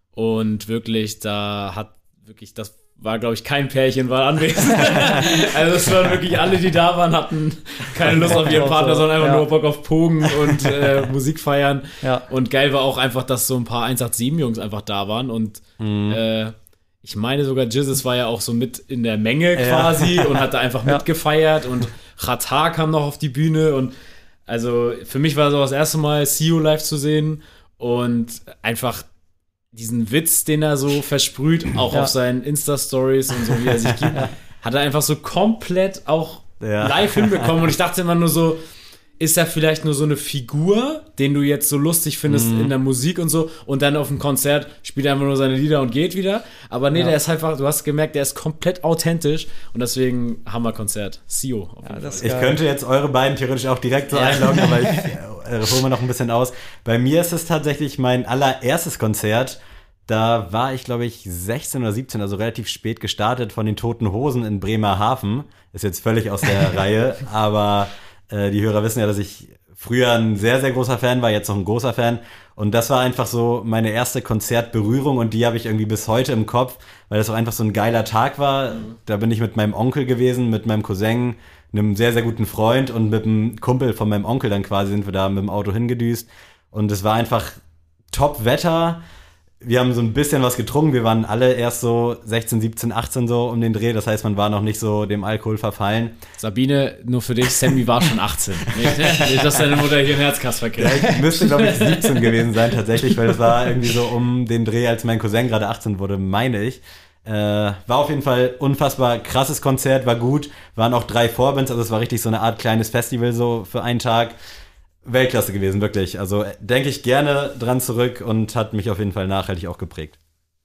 B: und wirklich, da hat wirklich, das war, glaube ich, kein Pärchen war anwesend. Also es waren wirklich alle, die da waren, hatten keine Lust auf ihren Partner, sondern einfach
D: Ja.
B: nur Bock auf Pogen und äh, Musik feiern.
D: Ja.
B: Und geil war auch einfach, dass so ein paar eins acht sieben Jungs einfach da waren und
C: Mhm.
B: äh, ich meine sogar, Jizzes war ja auch so mit in der Menge
C: Ja.
B: quasi und hat da einfach
D: Ja.
B: mitgefeiert und Xatar kam noch auf die Bühne und also für mich war so das erste Mal Sio live zu sehen und einfach diesen Witz, den er so versprüht, auch
D: Ja.
B: auf seinen Insta-Stories und so, wie er sich gibt, hat er einfach so komplett auch
C: Ja.
B: live hinbekommen und ich dachte immer nur so, ist er vielleicht nur so eine Figur, den du jetzt so lustig findest
C: Mhm.
B: in der Musik und so und dann auf dem Konzert spielt er einfach nur seine Lieder und geht wieder. Aber nee,
D: Ja.
B: der ist einfach, du hast gemerkt, der ist komplett authentisch und deswegen Hammerkonzert. Sio auf jeden
D: Ja, das
B: Fall.
C: Ich
D: geil.
C: könnte jetzt eure beiden theoretisch auch direkt so einloggen, aber ich äh, hole mir noch ein bisschen aus. Bei mir ist es tatsächlich mein allererstes Konzert. Da war ich, glaube ich, sechzehn oder siebzehn, also relativ spät gestartet von den Toten Hosen in Bremerhaven. Ist jetzt völlig aus der Reihe, aber äh, die Hörer wissen ja, dass ich früher ein sehr, sehr großer Fan war, jetzt noch ein großer Fan. Und das war einfach so meine erste Konzertberührung und die habe ich irgendwie bis heute im Kopf, weil das auch einfach so ein geiler Tag war. Da bin ich mit meinem Onkel gewesen, mit meinem Cousin, einem sehr, sehr guten Freund und mit einem Kumpel von meinem Onkel dann quasi sind wir da mit dem Auto hingedüst. Und es war einfach Top-Wetter. Wir haben so ein bisschen was getrunken. Wir waren alle erst so sechzehn, siebzehn, achtzehn so um den Dreh. Das heißt, man war noch nicht so dem Alkohol verfallen.
B: Sabine, nur für dich, Sammy war schon achtzehn. Nicht, nicht, dass deine Mutter hier einen Herzkasper kriegt.
C: Ich müsste, glaube ich, siebzehn gewesen sein tatsächlich, weil das war irgendwie so um den Dreh, als mein Cousin gerade achtzehn wurde, meine ich. Äh, war auf jeden Fall unfassbar krasses Konzert, war gut. Waren auch drei Vorbands, also es war richtig so eine Art kleines Festival so für einen Tag. Weltklasse gewesen, wirklich. Also äh, denke ich gerne dran zurück und hat mich auf jeden Fall nachhaltig auch geprägt.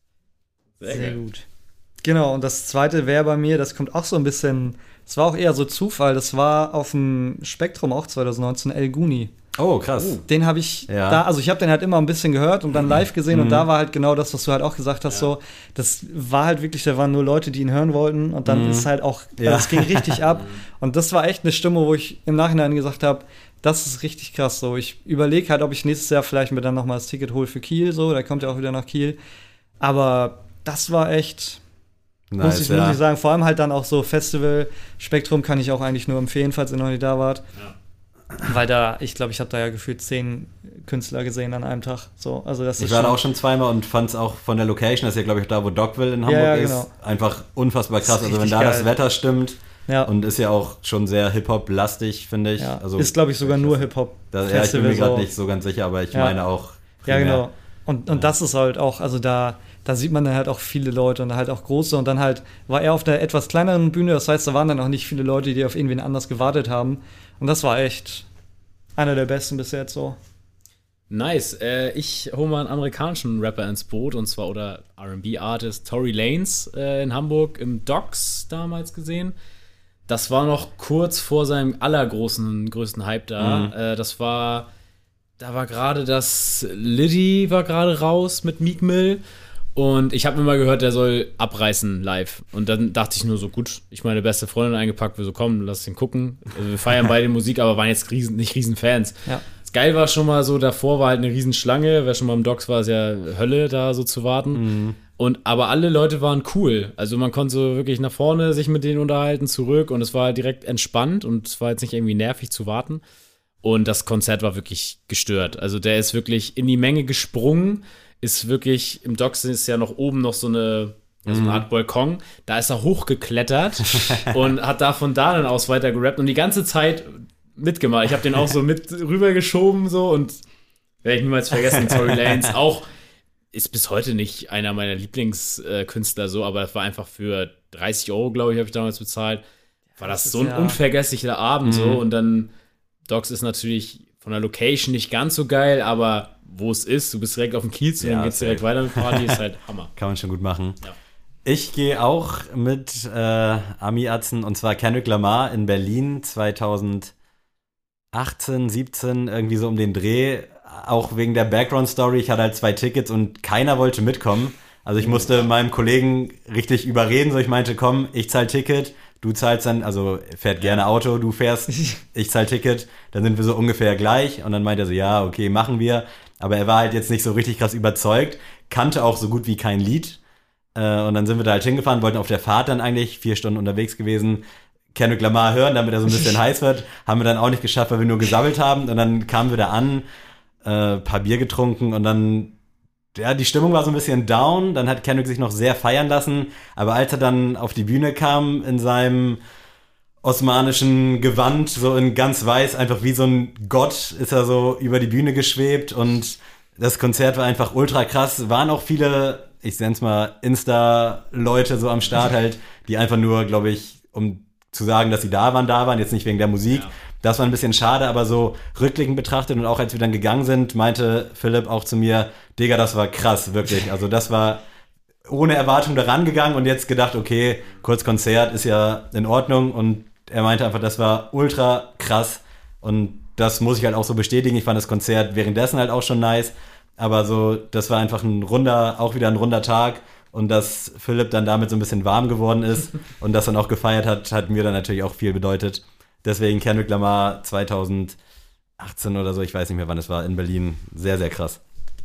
D: Sehr gut. Genau, und das zweite wäre bei mir, das kommt auch so ein bisschen, das war auch eher so Zufall, das war auf dem Spektrum auch zwanzig neunzehn, El Guni.
C: Oh, krass.
D: Den habe ich
C: Ja.
D: da, also ich habe den halt immer ein bisschen gehört und dann live gesehen
C: Mhm.
D: und da war halt genau das, was du halt auch gesagt hast, so, das war halt wirklich, da waren nur Leute, die ihn hören wollten und dann
C: Mhm.
D: ist halt auch, also
C: Ja.
D: es ging richtig ab und das war echt eine Stimme, wo ich im Nachhinein gesagt habe, das ist richtig krass, so, ich überlege halt, ob ich nächstes Jahr vielleicht mir dann noch mal das Ticket hole für Kiel, so, da kommt ja auch wieder nach Kiel, aber das war echt, muss, ich, muss ich sagen, vor allem halt dann auch so Festival, Spektrum kann ich auch eigentlich nur empfehlen, falls ihr noch nicht da wart. Weil da, ich glaube, ich habe da ja gefühlt zehn Künstler gesehen an einem Tag. So, also das
C: Ich
D: ist
C: war da
D: schon-
C: auch schon zweimal und fand es auch von der Location, das ist ja, glaube ich, da, wo Dogville in Hamburg
D: Ja, ja,
C: ist,
D: genau.
C: einfach unfassbar
D: Das
C: krass.
D: ist
C: Also wenn
D: richtig
C: da das
D: geil.
C: Wetter stimmt
D: ja,
C: und ist ja auch schon sehr Hip-Hop-lastig, finde ich.
D: ja.
C: Also,
D: ist, glaube ich, sogar nur Hip-Hop.
C: da, ja, ich bin mir
D: Festival
C: gerade
D: so.
C: nicht so ganz sicher, aber ich
D: Ja.
C: meine auch
D: Ja,
C: primär.
D: genau. Und, und das ist halt auch, also da, da sieht man dann halt auch viele Leute und halt auch große. Und dann halt war er auf der etwas kleineren Bühne, das heißt, da waren dann auch nicht viele Leute, die auf irgendwen anders gewartet haben. Und das war echt einer der besten bis jetzt so.
B: Nice. Äh, ich hole mal einen amerikanischen Rapper ins Boot und zwar oder R and B-Artist Tory Lanez äh, in Hamburg im Docks damals gesehen. Das war noch kurz vor seinem allergroßen, größten Hype da.
C: Mhm.
B: Äh, das war da war gerade das, Liddy war gerade raus mit Meek Mill. Und ich habe mir mal gehört, der soll abreißen live. Und dann dachte ich nur so, gut, ich meine beste Freundin eingepackt, wir so, komm, lass den gucken. Also wir feiern beide Musik, aber waren jetzt riesen, nicht riesen Fans.
D: Ja.
B: Das Geil war schon mal so, davor war halt eine Riesenschlange. Wer schon mal im Docks war, ist ja Hölle, da so zu warten. Mhm. Und, aber alle Leute waren cool. Also man konnte so wirklich nach vorne sich mit denen unterhalten, zurück. Und es war halt direkt entspannt und es war jetzt nicht irgendwie nervig zu warten. Und das Konzert war wirklich gestört. Also der ist wirklich in die Menge gesprungen. Ist wirklich, im Docks ist ja noch oben noch so eine, ja, so eine Art Balkon, da ist er hochgeklettert und hat da von da dann aus weiter gerappt und die ganze Zeit mitgemacht. Ich habe den auch so mit rübergeschoben so und werde ich niemals vergessen, Tory Lanez auch, ist bis heute nicht einer meiner Lieblingskünstler so, aber das war einfach für dreißig Euro, glaube ich, habe ich damals bezahlt. War das, das so ein ja unvergesslicher Abend mhm. so und dann, Docks ist natürlich von der Location nicht ganz so geil, aber wo es ist, du bist direkt auf dem Kiez und ja, dann geht's direkt weiter mit Party, ist halt Hammer.
C: Kann man schon gut machen.
B: Ja.
C: Ich gehe auch mit äh, Ami-Atzen und zwar Kendrick Lamar in Berlin zweitausendachtzehn, siebzehn, irgendwie so um den Dreh. Auch wegen der Background-Story, ich hatte halt zwei Tickets und keiner wollte mitkommen. Also ich musste meinem Kollegen richtig überreden, so ich meinte, komm, ich zahl Ticket, du zahlst dann, also fährt gerne Auto, du fährst, ich zahl Ticket, dann sind wir so ungefähr gleich und dann meinte er so, ja, okay, machen wir. Aber er war halt jetzt nicht so richtig krass überzeugt, kannte auch so gut wie kein Lied. Äh, und dann sind wir da halt hingefahren, wollten auf der Fahrt dann eigentlich vier Stunden unterwegs gewesen, Kendrick Lamar hören, damit er so ein bisschen heiß wird. Haben wir dann auch nicht geschafft, weil wir nur gesammelt haben. Und dann kamen wir da an, äh, paar Bier getrunken und dann, ja, die Stimmung war so ein bisschen down. Dann hat Kendrick sich noch sehr feiern lassen. Aber als er dann auf die Bühne kam in seinem osmanischen Gewand, so in ganz weiß, einfach wie so ein Gott ist er so über die Bühne geschwebt und das Konzert war einfach ultra krass. Waren auch viele, ich nenn's mal Insta-Leute so am Start halt, die einfach nur, glaube ich, um zu sagen, dass sie da waren, da waren, jetzt nicht wegen der Musik. Ja. Das war ein bisschen schade, aber so rückblickend betrachtet und auch als wir dann gegangen sind, meinte Philipp auch zu mir, Digga, das war krass, wirklich. Also das war ohne Erwartung da rangegangen und jetzt gedacht, okay, kurz Konzert ist ja in Ordnung und er meinte einfach, das war ultra krass und das muss ich halt auch so bestätigen. Ich fand das Konzert währenddessen halt auch schon nice, aber so, das war einfach ein runder, auch wieder ein runder Tag und dass Philipp dann damit so ein bisschen warm geworden ist und das dann auch gefeiert hat, hat mir dann natürlich auch viel bedeutet. Deswegen Kendrick Lamar zweitausendachtzehn oder so, ich weiß nicht mehr, wann es war, in Berlin, sehr, sehr krass.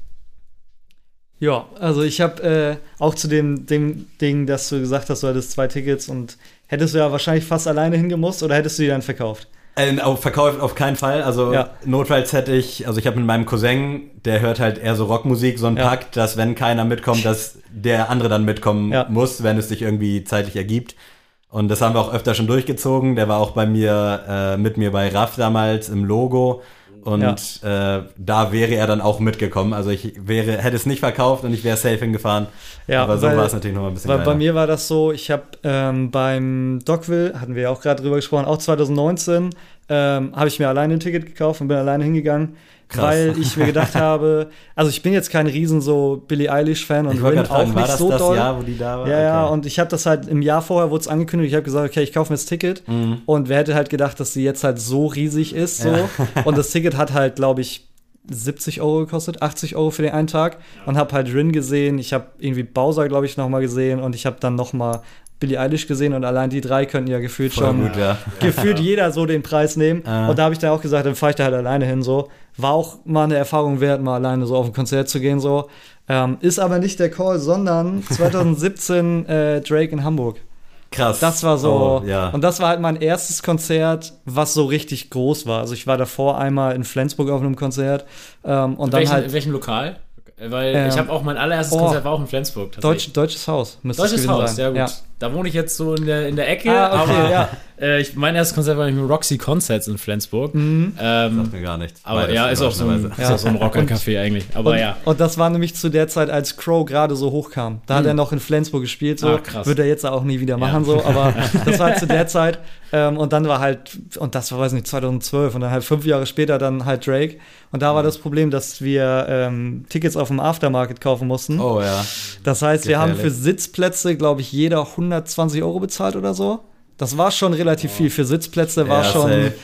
D: Ja, also ich habe äh, auch zu dem, dem Ding, dass du gesagt hast, du hattest zwei Tickets und hättest du ja wahrscheinlich fast alleine hingemusst oder hättest du die dann verkauft?
C: Äh, auf, verkauft auf keinen Fall, also
D: ja.
C: Notfalls hätte ich, also ich habe mit meinem Cousin, der hört halt eher so Rockmusik, so ein ja. Pakt, dass wenn keiner mitkommt, dass der andere dann mitkommen ja. muss, wenn es sich irgendwie zeitlich ergibt. Und das haben wir auch öfter schon durchgezogen, der war auch bei mir, äh, mit mir bei Raff damals im Logo. Und ja. äh, da wäre er dann auch mitgekommen. Also ich wäre, hätte es nicht verkauft und ich wäre safe hingefahren. Ja, aber so weil, war es natürlich noch mal ein bisschen
D: weil
C: geiler.
D: Bei mir war das so, ich habe ähm, beim Dogville, hatten wir ja auch gerade drüber gesprochen, auch zwanzig neunzehn, ähm, habe ich mir alleine ein Ticket gekauft und bin alleine hingegangen. Krass. Weil ich mir gedacht habe, also ich bin jetzt kein riesen so Billie Eilish-Fan und Rin auch nicht
C: war das
D: so
C: das
D: doll.
C: Jahr, wo die da war?
D: Ja, okay. ja, und ich habe das halt im Jahr vorher wurde es angekündigt, ich habe gesagt, okay, ich kaufe mir das Ticket mhm. und wer hätte halt gedacht, dass sie jetzt halt so riesig ist so ja. und das Ticket hat halt, glaube ich, siebzig Euro gekostet, achtzig Euro für den einen Tag und habe halt Rin gesehen, ich habe irgendwie Bowser, glaube ich, noch mal gesehen und ich habe dann noch mal Billie Eilish gesehen und allein die drei könnten ja gefühlt Voll schon
C: gut, ja.
D: gefühlt jeder so den Preis nehmen. Äh. Und da habe ich dann auch gesagt, dann fahre ich da halt alleine hin. So. War auch mal eine Erfahrung wert, mal alleine so auf ein Konzert zu gehen. So. Ähm, ist aber nicht der Call, sondern zwanzig siebzehn äh, Drake in Hamburg.
C: Krass.
D: Das war so,
C: oh, ja.
D: und das war halt mein erstes Konzert, was so richtig groß war. Also ich war davor einmal in Flensburg auf einem Konzert. Ähm, und
B: in
D: dann
B: welchen,
D: halt
B: in welchem Lokal? Weil
D: ähm,
B: ich habe auch mein allererstes
D: oh,
B: Konzert war auch in Flensburg.
D: Deutsch, Deutsches Haus.
B: Deutsches Haus,
D: sein.
B: ja gut. Ja. Da wohne ich jetzt so in der, in der Ecke,
D: ah, okay,
B: aber
D: ja.
B: äh, ich, mein erstes Konzert war mit Roxy Concerts in Flensburg.
D: Mhm.
B: Ähm,
C: Sagt mir gar nichts.
B: Aber ja, ist auch so ein, ja. so ein Rocker-Café eigentlich. Aber
D: und,
B: ja.
D: Und das war nämlich zu der Zeit, als Crow gerade so hochkam. Da mhm. hat er noch in Flensburg gespielt. So.
B: Ah, krass.
D: Wird er jetzt auch nie wieder machen,
B: ja.
D: so. Aber das war zu der Zeit. Ähm, und dann war halt, und das war, weiß nicht, zwanzig zwölf und dann halt fünf Jahre später dann halt Drake. Und da war das Problem, dass wir ähm, Tickets auf dem Aftermarket kaufen mussten.
C: Oh ja.
D: Das heißt, wir
C: Gefährlich.
D: haben für Sitzplätze, glaube ich, jeder hundertzwanzig Euro bezahlt oder so. Das war schon relativ oh. viel. Für Sitzplätze war
C: ja,
D: schon.
C: Safe.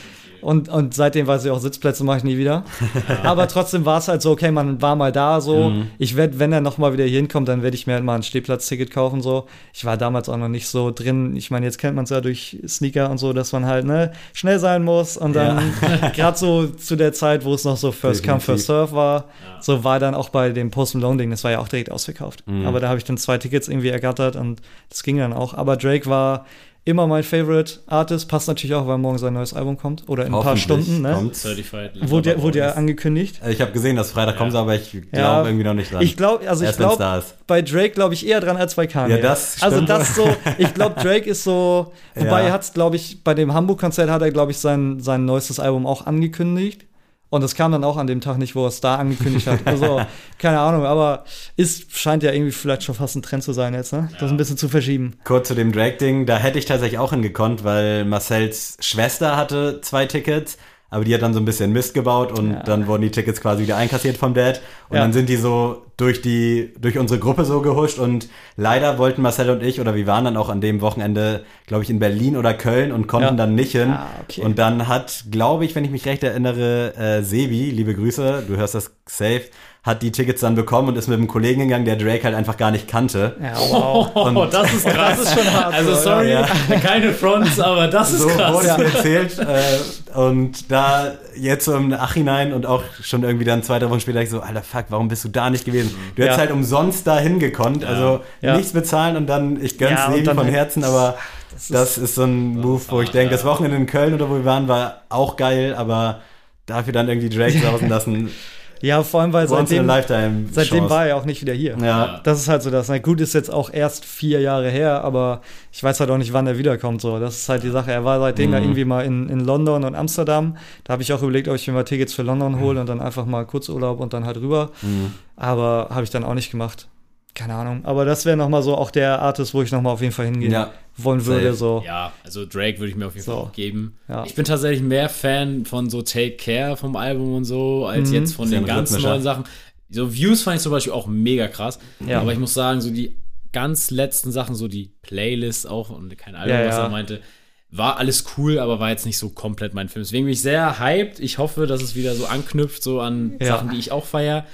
D: Und, und seitdem weiß ich auch, Sitzplätze mache ich nie wieder. Aber trotzdem war es halt so, okay, man war mal da so.
C: Mhm.
D: Ich werde, wenn er noch mal wieder hier hinkommt, dann werde ich mir halt mal ein Stehplatzticket kaufen so. Ich war damals auch noch nicht so drin. Ich meine, jetzt kennt man es ja durch Sneaker und so, dass man halt ne, schnell sein muss. Und dann gerade so zu der Zeit, wo es noch so First Come, First Serve war,
B: Ja.
D: so war dann auch bei dem Post Malone-Ding, das war ja auch direkt ausverkauft.
C: Mhm.
D: Aber da habe ich dann zwei Tickets irgendwie ergattert und das ging dann auch. Aber Drake war immer mein Favorite Artist, passt natürlich auch, weil morgen sein neues Album kommt oder in ein paar
C: Hoffentlich
D: Stunden, ne?
C: kommt's.
B: Certified.
D: Wurde, wurde ja
B: Lover Boys.
D: angekündigt.
C: Ich habe gesehen, dass Freitag
B: Ja.
C: kommt, aber ich glaube
D: Ja,
C: irgendwie noch nicht dran.
D: Ich glaube, also ich
C: Erst, wenn's
D: glaube,
C: da ist.
D: bei Drake glaube ich eher dran als bei Kanye.
C: Ja, das
D: Also
C: stimmt.
D: das so, ich glaube, Drake ist so, wobei
C: Ja.
D: er hat es, glaube ich, bei dem Hamburg-Konzert hat er, glaube ich, sein, sein neuestes Album auch angekündigt. Und das kam dann auch an dem Tag nicht, wo er es da angekündigt hat. Also, keine Ahnung, aber ist, scheint ja irgendwie vielleicht schon fast ein Trend zu sein jetzt, ne? Das ein bisschen zu verschieben.
C: Kurz zu dem Drake-Ding, da hätte ich tatsächlich auch hingekonnt, weil Marcells Schwester hatte zwei Tickets, aber die hat dann so ein bisschen Mist gebaut und
D: Ja.
C: dann wurden die Tickets quasi wieder einkassiert vom Dad und
D: Ja.
C: dann sind die so durch die durch unsere Gruppe so gehuscht und leider wollten Marcel und ich, oder wir waren dann auch an dem Wochenende, glaube ich, in Berlin oder Köln und konnten
D: Ja.
C: dann nicht hin.
D: Ah, okay.
C: Und dann hat, glaube ich, wenn ich mich recht erinnere, äh, Sebi, liebe Grüße, du hörst das safe, hat die Tickets dann bekommen und ist mit einem Kollegen gegangen, der Drake halt einfach gar nicht kannte.
D: Ja, wow.
B: Oh, das ist krass.
D: Das ist schon hart.
B: Also
D: so,
B: sorry,
C: ja.
B: keine Fronts, aber das ist
C: So
B: krass.
C: wurde es mir erzählt. Äh, und da jetzt so im Nachhinein und auch schon irgendwie dann zwei, drei Wochen später, ich so, Alter, fuck, warum bist du da nicht gewesen? Du hättest
D: Ja.
C: halt umsonst da hingekonnt, also
D: Ja.
C: nichts bezahlen und dann, ich gönn's
D: Ja, und
C: Sebi
D: dann-
C: von Herzen, aber
D: Das
C: das ist so ein Move, wo ich denke, das Wochenende in Köln oder wo wir waren, war auch geil, aber dafür dann irgendwie Drake sausen lassen,
D: Ja, vor allem, weil
C: once in a
D: seitdem,
C: lifetime
D: seitdem
C: Chance.
D: war er auch nicht wieder hier.
C: Ja.
D: Das ist halt so das. Na gut, ist jetzt auch erst vier Jahre her, aber ich weiß halt auch nicht, wann er wiederkommt. So. Das ist halt die Sache. Er war seitdem
C: Mhm.
D: ja irgendwie mal in, in London und Amsterdam. Da habe ich auch überlegt, ob ich mir mal Tickets für London hole und dann einfach mal Kurzurlaub und dann halt rüber.
C: Mhm.
D: Aber habe ich dann auch nicht gemacht. Keine Ahnung. Aber das wäre nochmal so auch der Artist, wo ich nochmal auf jeden Fall hingehen
C: Ja.
D: wollen würde.
C: Safe.
D: So.
B: Ja, also Drake würde ich mir auf jeden
D: So.
B: Fall auch geben.
D: Ja.
B: Ich bin tatsächlich mehr Fan von so Take Care vom Album und so, als
D: Mhm.
B: jetzt von
C: Sehr
B: den ganzen
C: rhythmischer.
B: neuen Sachen. So Views fand ich zum Beispiel auch mega krass.
D: Ja.
B: Aber ich muss sagen, so die ganz letzten Sachen, so die Playlist auch und kein Album,
D: Ja,
B: was
D: ja.
B: er meinte, war alles cool, aber war jetzt nicht so komplett mein Film. Deswegen bin ich sehr hyped. Ich hoffe, dass es wieder so anknüpft, so an
D: Ja.
B: Sachen, die ich auch feiere.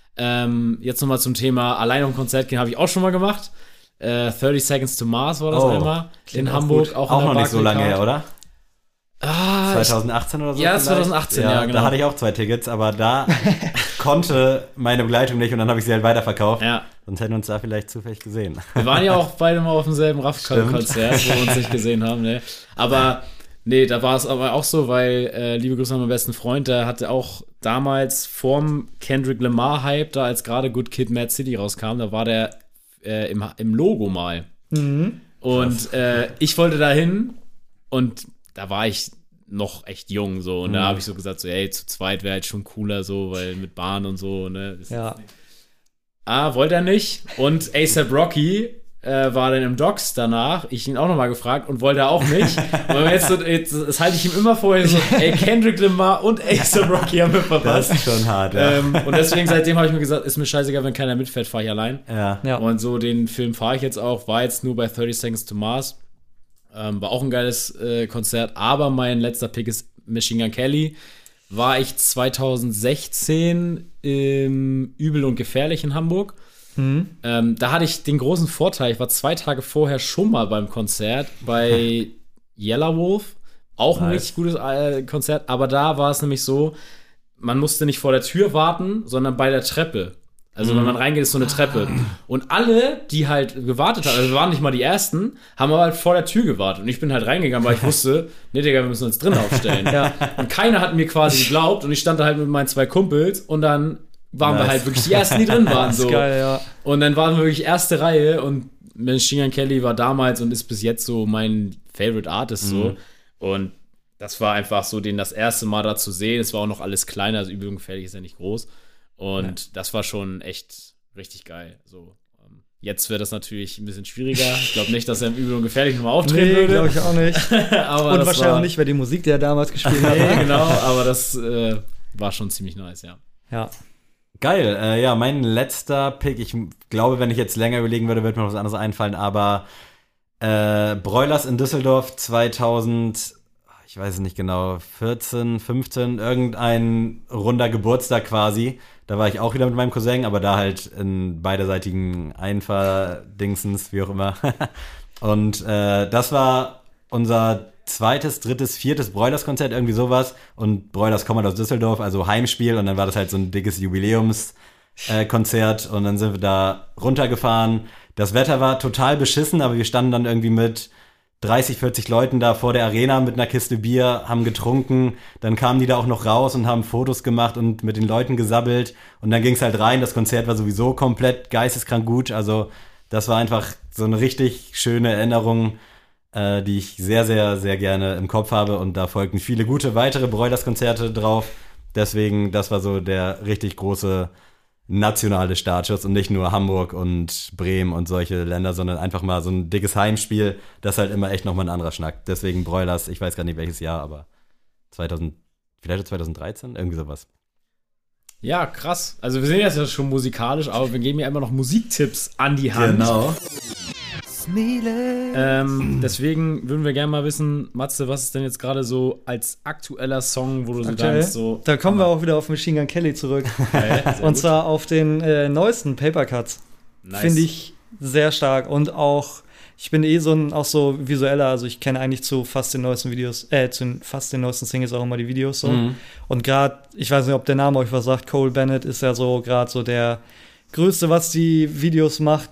B: Ähm, jetzt nochmal zum Thema alleine auf ein Konzert gehen, habe ich auch schon mal gemacht. Äh, thirty Seconds to Mars war das
C: Oh,
B: einmal in
D: auch
B: Hamburg.
D: gut.
B: Auch,
C: Auch
B: in der
C: noch nicht so lange
B: Barclaycard.
C: her, oder?
B: Ah, ich,
C: zwanzig achtzehn oder so?
B: Ja,
C: vielleicht?
B: zwanzig achtzehn, ja, genau.
C: Da hatte ich auch zwei Tickets, aber da konnte meine Begleitung nicht und dann habe ich sie halt weiterverkauft.
B: ja.
C: Sonst hätten wir uns da vielleicht zufällig gesehen.
B: Wir waren ja auch beide mal auf demselben Raff-Konzert, wo wir uns nicht gesehen haben. Ne? Aber nee, da war es aber auch so, weil, äh, liebe Grüße an meinen besten Freund, der hatte auch damals vorm Kendrick Lamar-Hype, da als gerade Good Kid, Mad City rauskam, da war der äh, im, im Logo mal.
D: Mhm.
B: Und äh, ich wollte da hin und da war ich noch echt jung so und
C: Mhm.
B: da habe ich so gesagt, so ey, zu zweit wäre halt schon cooler so, weil mit Bahn und so, ne. Das
D: Ja.
B: Ah, wollte er nicht. Und A$AP Rocky äh, war dann im Docs danach. Ich ihn auch nochmal gefragt und wollte er auch nicht. Und jetzt, so, jetzt das halte ich ihm immer vorher so, ey, Kendrick Lamar und A$AP Rocky haben wir
C: Das
B: verpasst.
C: ist schon hart, ja.
B: Ähm, und deswegen seitdem habe ich mir gesagt, ist mir scheißegal, wenn keiner mitfährt, fahre ich allein.
C: ja.
D: Ja.
B: Und so den Film fahre ich jetzt auch, war jetzt nur bei thirty Seconds to Mars. Ähm, war auch ein geiles äh, Konzert, aber mein letzter Pick ist Machine Gun Kelly. War ich zwanzig sechzehn im Übel und Gefährlich in Hamburg.
D: Mhm.
B: Ähm, da hatte ich den großen Vorteil, ich war zwei Tage vorher schon mal beim Konzert bei Yellow Wolf. Auch ein
C: Nice.
B: richtig gutes äh, Konzert, aber da war es nämlich so, man musste nicht vor der Tür warten, sondern bei der Treppe. Also wenn man reingeht, ist so eine Treppe. Und alle, die halt gewartet haben, also wir waren nicht mal die Ersten, haben aber halt vor der Tür gewartet. Und ich bin halt reingegangen, weil ich wusste, nee, Digga, wir müssen uns drin aufstellen.
D: Ja.
B: Und keiner hat mir quasi geglaubt und ich stand da halt mit meinen zwei Kumpels und dann waren wir
C: Nice.
B: halt wirklich die Ersten, die drin waren.
D: Das
B: So.
D: ist geil, ja.
B: Und dann waren wir wirklich erste Reihe und Machine Gun Kelly war damals und ist bis jetzt so mein Favorite Artist so.
C: Mhm.
B: Und das war einfach so, den das erste Mal da zu sehen. Es war auch noch alles kleiner, also Übung fertig ist ja nicht groß. Und das war schon echt richtig geil. So, ähm, jetzt wird das natürlich ein bisschen schwieriger. Ich glaube nicht, dass er im Übel und Gefährlich nochmal auftreten
D: Nee,
B: würde.
D: glaube ich auch nicht.
B: aber
D: Und
B: das
D: wahrscheinlich
B: war,
D: auch nicht, wer die Musik, die er damals gespielt hat.
B: Nee, genau, aber das äh, war schon ziemlich nice, ja.
D: Ja.
C: Geil, äh, ja, mein letzter Pick, ich glaube, wenn ich jetzt länger überlegen würde, würde mir noch was anderes einfallen, aber äh, Broilers in Düsseldorf zweitausend, ich weiß es nicht genau, vierzehn, fünfzehn, irgendein runder Geburtstag quasi. Da war ich auch wieder mit meinem Cousin, aber da halt in beiderseitigen Einfahrdingsens, wie auch immer. Und äh, das war unser zweites, drittes, viertes Broilers-Konzert, irgendwie sowas. Und Broilers kommen aus Düsseldorf, also Heimspiel. Und dann war das halt so ein dickes Jubiläumskonzert. Äh, und dann sind wir da runtergefahren. Das Wetter war total beschissen, aber wir standen dann irgendwie mit dreißig, vierzig Leuten da vor der Arena mit einer Kiste Bier, haben getrunken. Dann kamen die da auch noch raus und haben Fotos gemacht und mit den Leuten gesabbelt. Und dann ging es halt rein. Das Konzert war sowieso komplett geisteskrank gut. Also das war einfach so eine richtig schöne Erinnerung, äh, die ich sehr, sehr, sehr gerne im Kopf habe. Und da folgten viele gute weitere Broilers-Konzerte drauf. Deswegen, das war so der richtig große nationale Startschuss und nicht nur Hamburg und Bremen und solche Länder, sondern einfach mal so ein dickes Heimspiel. Das ist halt immer echt nochmal ein anderer Schnack. Deswegen Broilers, ich weiß gar nicht welches Jahr, aber zweitausend, vielleicht zwanzig dreizehn, irgendwie sowas.
B: Ja, krass. Also wir sind jetzt ja schon musikalisch, aber wir geben ja immer noch Musiktipps an die Hand.
C: Genau.
B: Ähm, deswegen würden wir gerne mal wissen, Matze, was ist denn jetzt gerade so als aktueller Song, wo du so
D: Aktuell?
B: denkst, so.
D: Da kommen wir auch wieder auf Machine Gun Kelly zurück.
B: Geil, sehr
D: Und
B: gut.
D: zwar auf den äh, neuesten Paper Cuts.
B: Nice.
D: Finde ich sehr stark. Und auch, ich bin eh so ein auch so visueller, also ich kenne eigentlich zu fast den neuesten Videos, äh, zu fast den neuesten Singles auch immer die Videos so.
C: Mhm.
D: Und gerade, ich weiß nicht, ob der Name euch was sagt, Cole Bennett ist ja so gerade so der Größte, was die Videos macht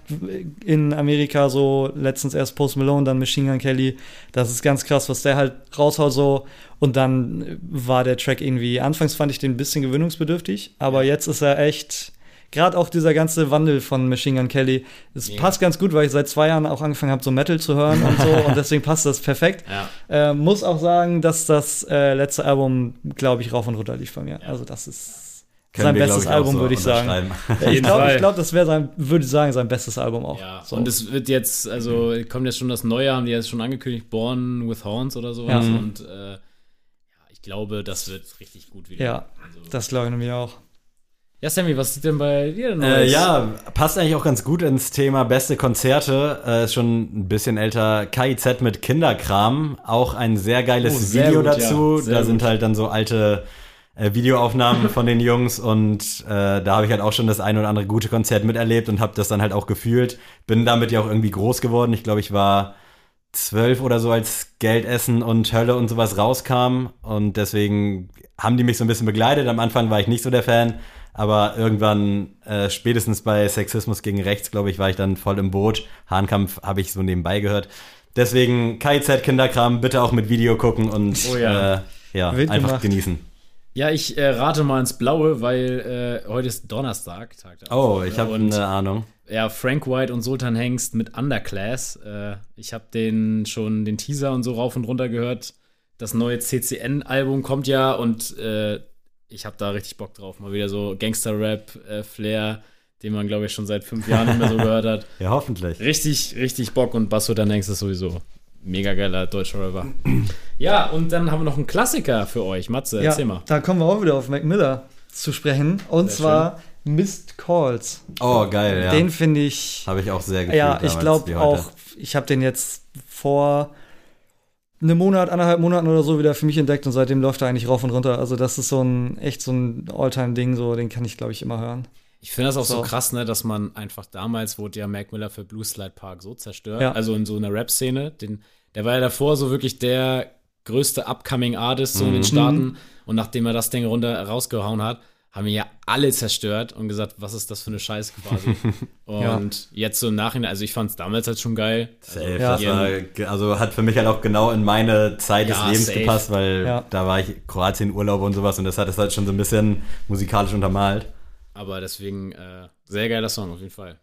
D: in Amerika, so letztens erst Post Malone, dann Machine Gun Kelly. Das ist ganz krass, was der halt raushaut so. Und dann war der Track irgendwie, anfangs fand ich den ein bisschen gewöhnungsbedürftig, aber jetzt ist er echt, gerade auch dieser ganze Wandel von Machine Gun Kelly, es
B: Ja.
D: passt ganz gut, weil ich seit zwei Jahren auch angefangen habe, so Metal zu hören und so und deswegen passt das perfekt.
B: Ja.
D: Äh, muss auch sagen, dass das äh, letzte Album, glaube ich, rauf und runter lief bei mir.
B: Ja.
D: Also das ist
C: Können
D: sein
C: wir,
D: bestes
C: glaub ich, auch
D: Album,
C: so
D: würde ich sagen.
C: unterschreiben.
D: Ich
B: jeden
D: glaube,
B: Fall.
D: ich glaub, das wäre sein, würde ich sagen, sein bestes Album auch.
B: Ja,
D: So.
B: und es wird jetzt, also kommt jetzt schon das Neue, haben die jetzt schon angekündigt, Born with Horns oder sowas.
D: Ja.
B: Und äh, ja, ich glaube, das wird richtig gut wieder.
D: Ja,
B: Also,
D: das glaube ich nämlich auch.
B: ja, Sammy, was ist denn bei dir denn
C: Äh,
B: Neues?
C: ja, passt eigentlich auch ganz gut ins Thema beste Konzerte. Äh, ist schon ein bisschen älter. K I Z mit Kinderkram. Auch ein sehr geiles
B: Oh, sehr
C: Video
B: gut,
C: dazu.
B: ja, sehr
C: da sind
B: gut.
C: halt dann so alte äh, Videoaufnahmen von den Jungs. Und äh, da habe ich halt auch schon das ein oder andere gute Konzert miterlebt und habe das dann halt auch gefühlt. Bin damit ja auch irgendwie groß geworden. Ich glaube, ich war zwölf oder so, als Geldessen und Hölle und sowas rauskam. Und deswegen haben die mich so ein bisschen begleitet. Am Anfang war ich nicht so der Fan. Aber irgendwann, äh, spätestens bei Sexismus gegen Rechts, glaube ich, war ich dann voll im Boot. Hahnkampf habe ich so nebenbei gehört. Deswegen K I Z Kinderkram bitte auch mit Video gucken und
B: Oh ja.
C: äh, ja,
D: Wild
C: einfach
D: gemacht.
C: genießen.
B: Ja, ich äh, rate mal ins Blaue, weil äh, heute ist Donnerstag, Tag der
C: Oh,
B: Aufnahme.
C: ich habe
B: Und
C: eine Ahnung.
B: ja, Frank White und Sultan Hengst mit Underclass. Äh, ich habe den schon den Teaser und so rauf und runter gehört. Das neue C C N-Album kommt ja und äh, ich habe da richtig Bock drauf. Mal wieder so Gangster-Rap-Flair, den man, glaube ich, schon seit fünf Jahren nicht mehr so gehört hat.
C: Ja, hoffentlich.
B: Richtig, richtig Bock und Basso dann denkst du sowieso. Mega geiler deutscher Rapper. Ja, und dann haben wir noch einen Klassiker für euch. Matze,
D: Ja,
B: erzähl mal.
D: da kommen wir auch wieder auf Mac Miller zu sprechen. Und
B: Sehr
D: zwar Missed Calls.
C: Oh, geil, ja.
D: Den finde ich,
C: Habe ich auch sehr gefühlt
D: ja, ich
C: damals, wie
D: glaube
C: heute.
D: auch, ich habe den jetzt vor einem Monat, anderthalb Monaten oder so wieder für mich entdeckt und seitdem läuft er eigentlich rauf und runter. Also das ist so ein, echt so ein Alltime-Ding, so, den kann ich, glaube ich, immer hören.
B: Ich finde das auch so.
D: So.
B: krass, ne, dass man einfach damals wurde ja Mac Miller für Blue Slide Park so zerstört.
D: Ja.
B: Also in so einer Rap-Szene. Den, der war ja davor so wirklich der größte Upcoming Artist so in den Staaten. Und nachdem er das Ding runter rausgehauen hat, haben wir ja alle zerstört und gesagt, was ist das für eine Scheiße quasi. Und jetzt so im Nachhinein, also ich fand es damals halt schon geil.
C: Safe,
D: Ja.
C: das war, ge- also hat für mich halt auch genau in meine Zeit
B: Ja,
C: des Lebens
B: safe.
C: gepasst, weil
D: Ja.
C: da war ich Kroatien Urlaub und sowas und das hat es halt schon so ein bisschen musikalisch untermalt.
B: Aber deswegen äh, sehr geiler Song auf jeden Fall.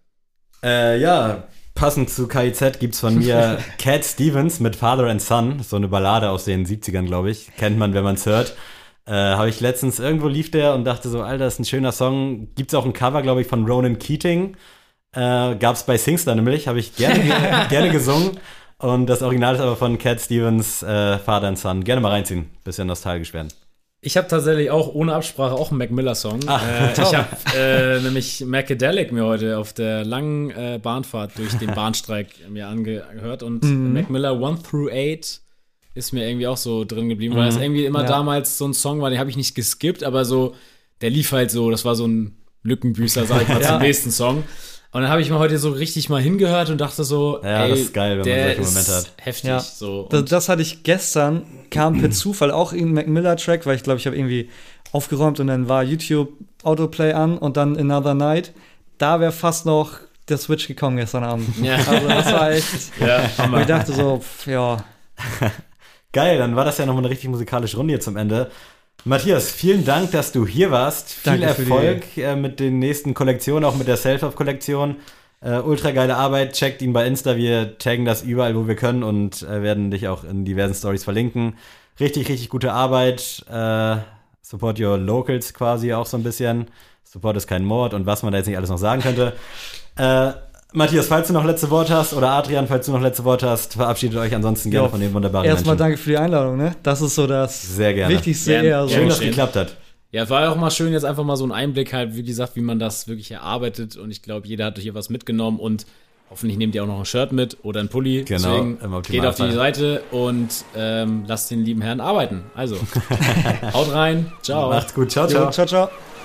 C: Äh, ja, passend zu K I Z gibt's von mir Cat Stevens mit Father and Son, so eine Ballade aus den siebzigern, glaube ich. Kennt man, wenn man es hört. Äh, Habe ich letztens, irgendwo lief der und dachte so, Alter, das ist ein schöner Song. Gibt's auch ein Cover, glaube ich, von Ronan Keating. Äh, gab's bei Singstar nämlich, habe ich gerne, ge- gerne gesungen. Und das Original ist aber von Cat Stevens, äh, Father and Son. Gerne mal reinziehen, bisschen nostalgisch werden.
B: Ich habe tatsächlich auch ohne Absprache auch einen Mac Miller-Song.
C: Ach,
B: äh,
C: top.
B: ich habe äh, nämlich Macadelic mir heute auf der langen äh, Bahnfahrt durch den Bahnstreik mir angehört und
D: Mhm.
B: Mac Miller One through Eight ist mir irgendwie auch so drin geblieben, weil das irgendwie immer
D: Ja.
B: damals so ein Song war, den habe ich nicht geskippt, aber so, der lief halt so, das war so ein Lückenbüßer, sag ich mal,
D: Ja.
B: zum nächsten Song. Und dann habe ich mal heute so richtig mal hingehört und dachte so,
C: Ja,
B: ey,
C: das ist geil, wenn man
B: der
C: solche
B: ist
C: Momente hat.
B: heftig.
D: Ja.
B: So.
D: Das,
B: Und
D: das hatte ich gestern, kam per Zufall auch in Mac Miller Track, weil ich glaube, ich habe irgendwie aufgeräumt und dann war YouTube Autoplay an und dann Another Night. Da wäre fast noch der Switch gekommen gestern Abend.
B: Ja.
D: Also das war echt,
B: ja,
D: wo
B: Hammer.
D: ich dachte so, pff, ja,
C: Geil, dann war das ja nochmal eine richtig musikalische Runde hier zum Ende. Matthias, vielen Dank, dass du hier warst. Viel
D: Danke für die-
C: Erfolg äh, mit den nächsten Kollektionen, auch mit der Self-Help-Kollektion. Äh, ultra geile Arbeit. Checkt ihn bei Insta. Wir taggen das überall, wo wir können und äh, werden dich auch in diversen Stories verlinken. Richtig, richtig gute Arbeit. Äh, support your locals quasi auch so ein bisschen. Support ist kein Mord und was man da jetzt nicht alles noch sagen könnte. Äh, Matthias, falls du noch letzte Worte hast oder Adrian, falls du noch letzte Worte hast, verabschiedet euch ansonsten gerne
D: Ja,
C: von den wunderbaren
D: erstmal
C: Menschen.
D: danke für die Einladung, ne? Das ist so das
C: Sehr gerne.
D: Wichtigste
B: Gern.
D: eher so.
C: Schön, dass es
B: Schön.
C: geklappt hat.
B: Ja, es war auch mal schön, jetzt einfach mal so ein Einblick halt, wie gesagt, wie man das wirklich erarbeitet. Und ich glaube, jeder hat hier was mitgenommen und hoffentlich nehmt ihr auch noch ein Shirt mit oder ein Pulli.
C: Genau,
B: Deswegen
C: im
B: geht auf die
C: Optimalfall.
B: Seite und ähm, lasst den lieben Herrn arbeiten. Also, haut rein. Ciao.
C: Macht's gut. Ciao,
D: Jo,
C: ciao.
D: ciao, ciao.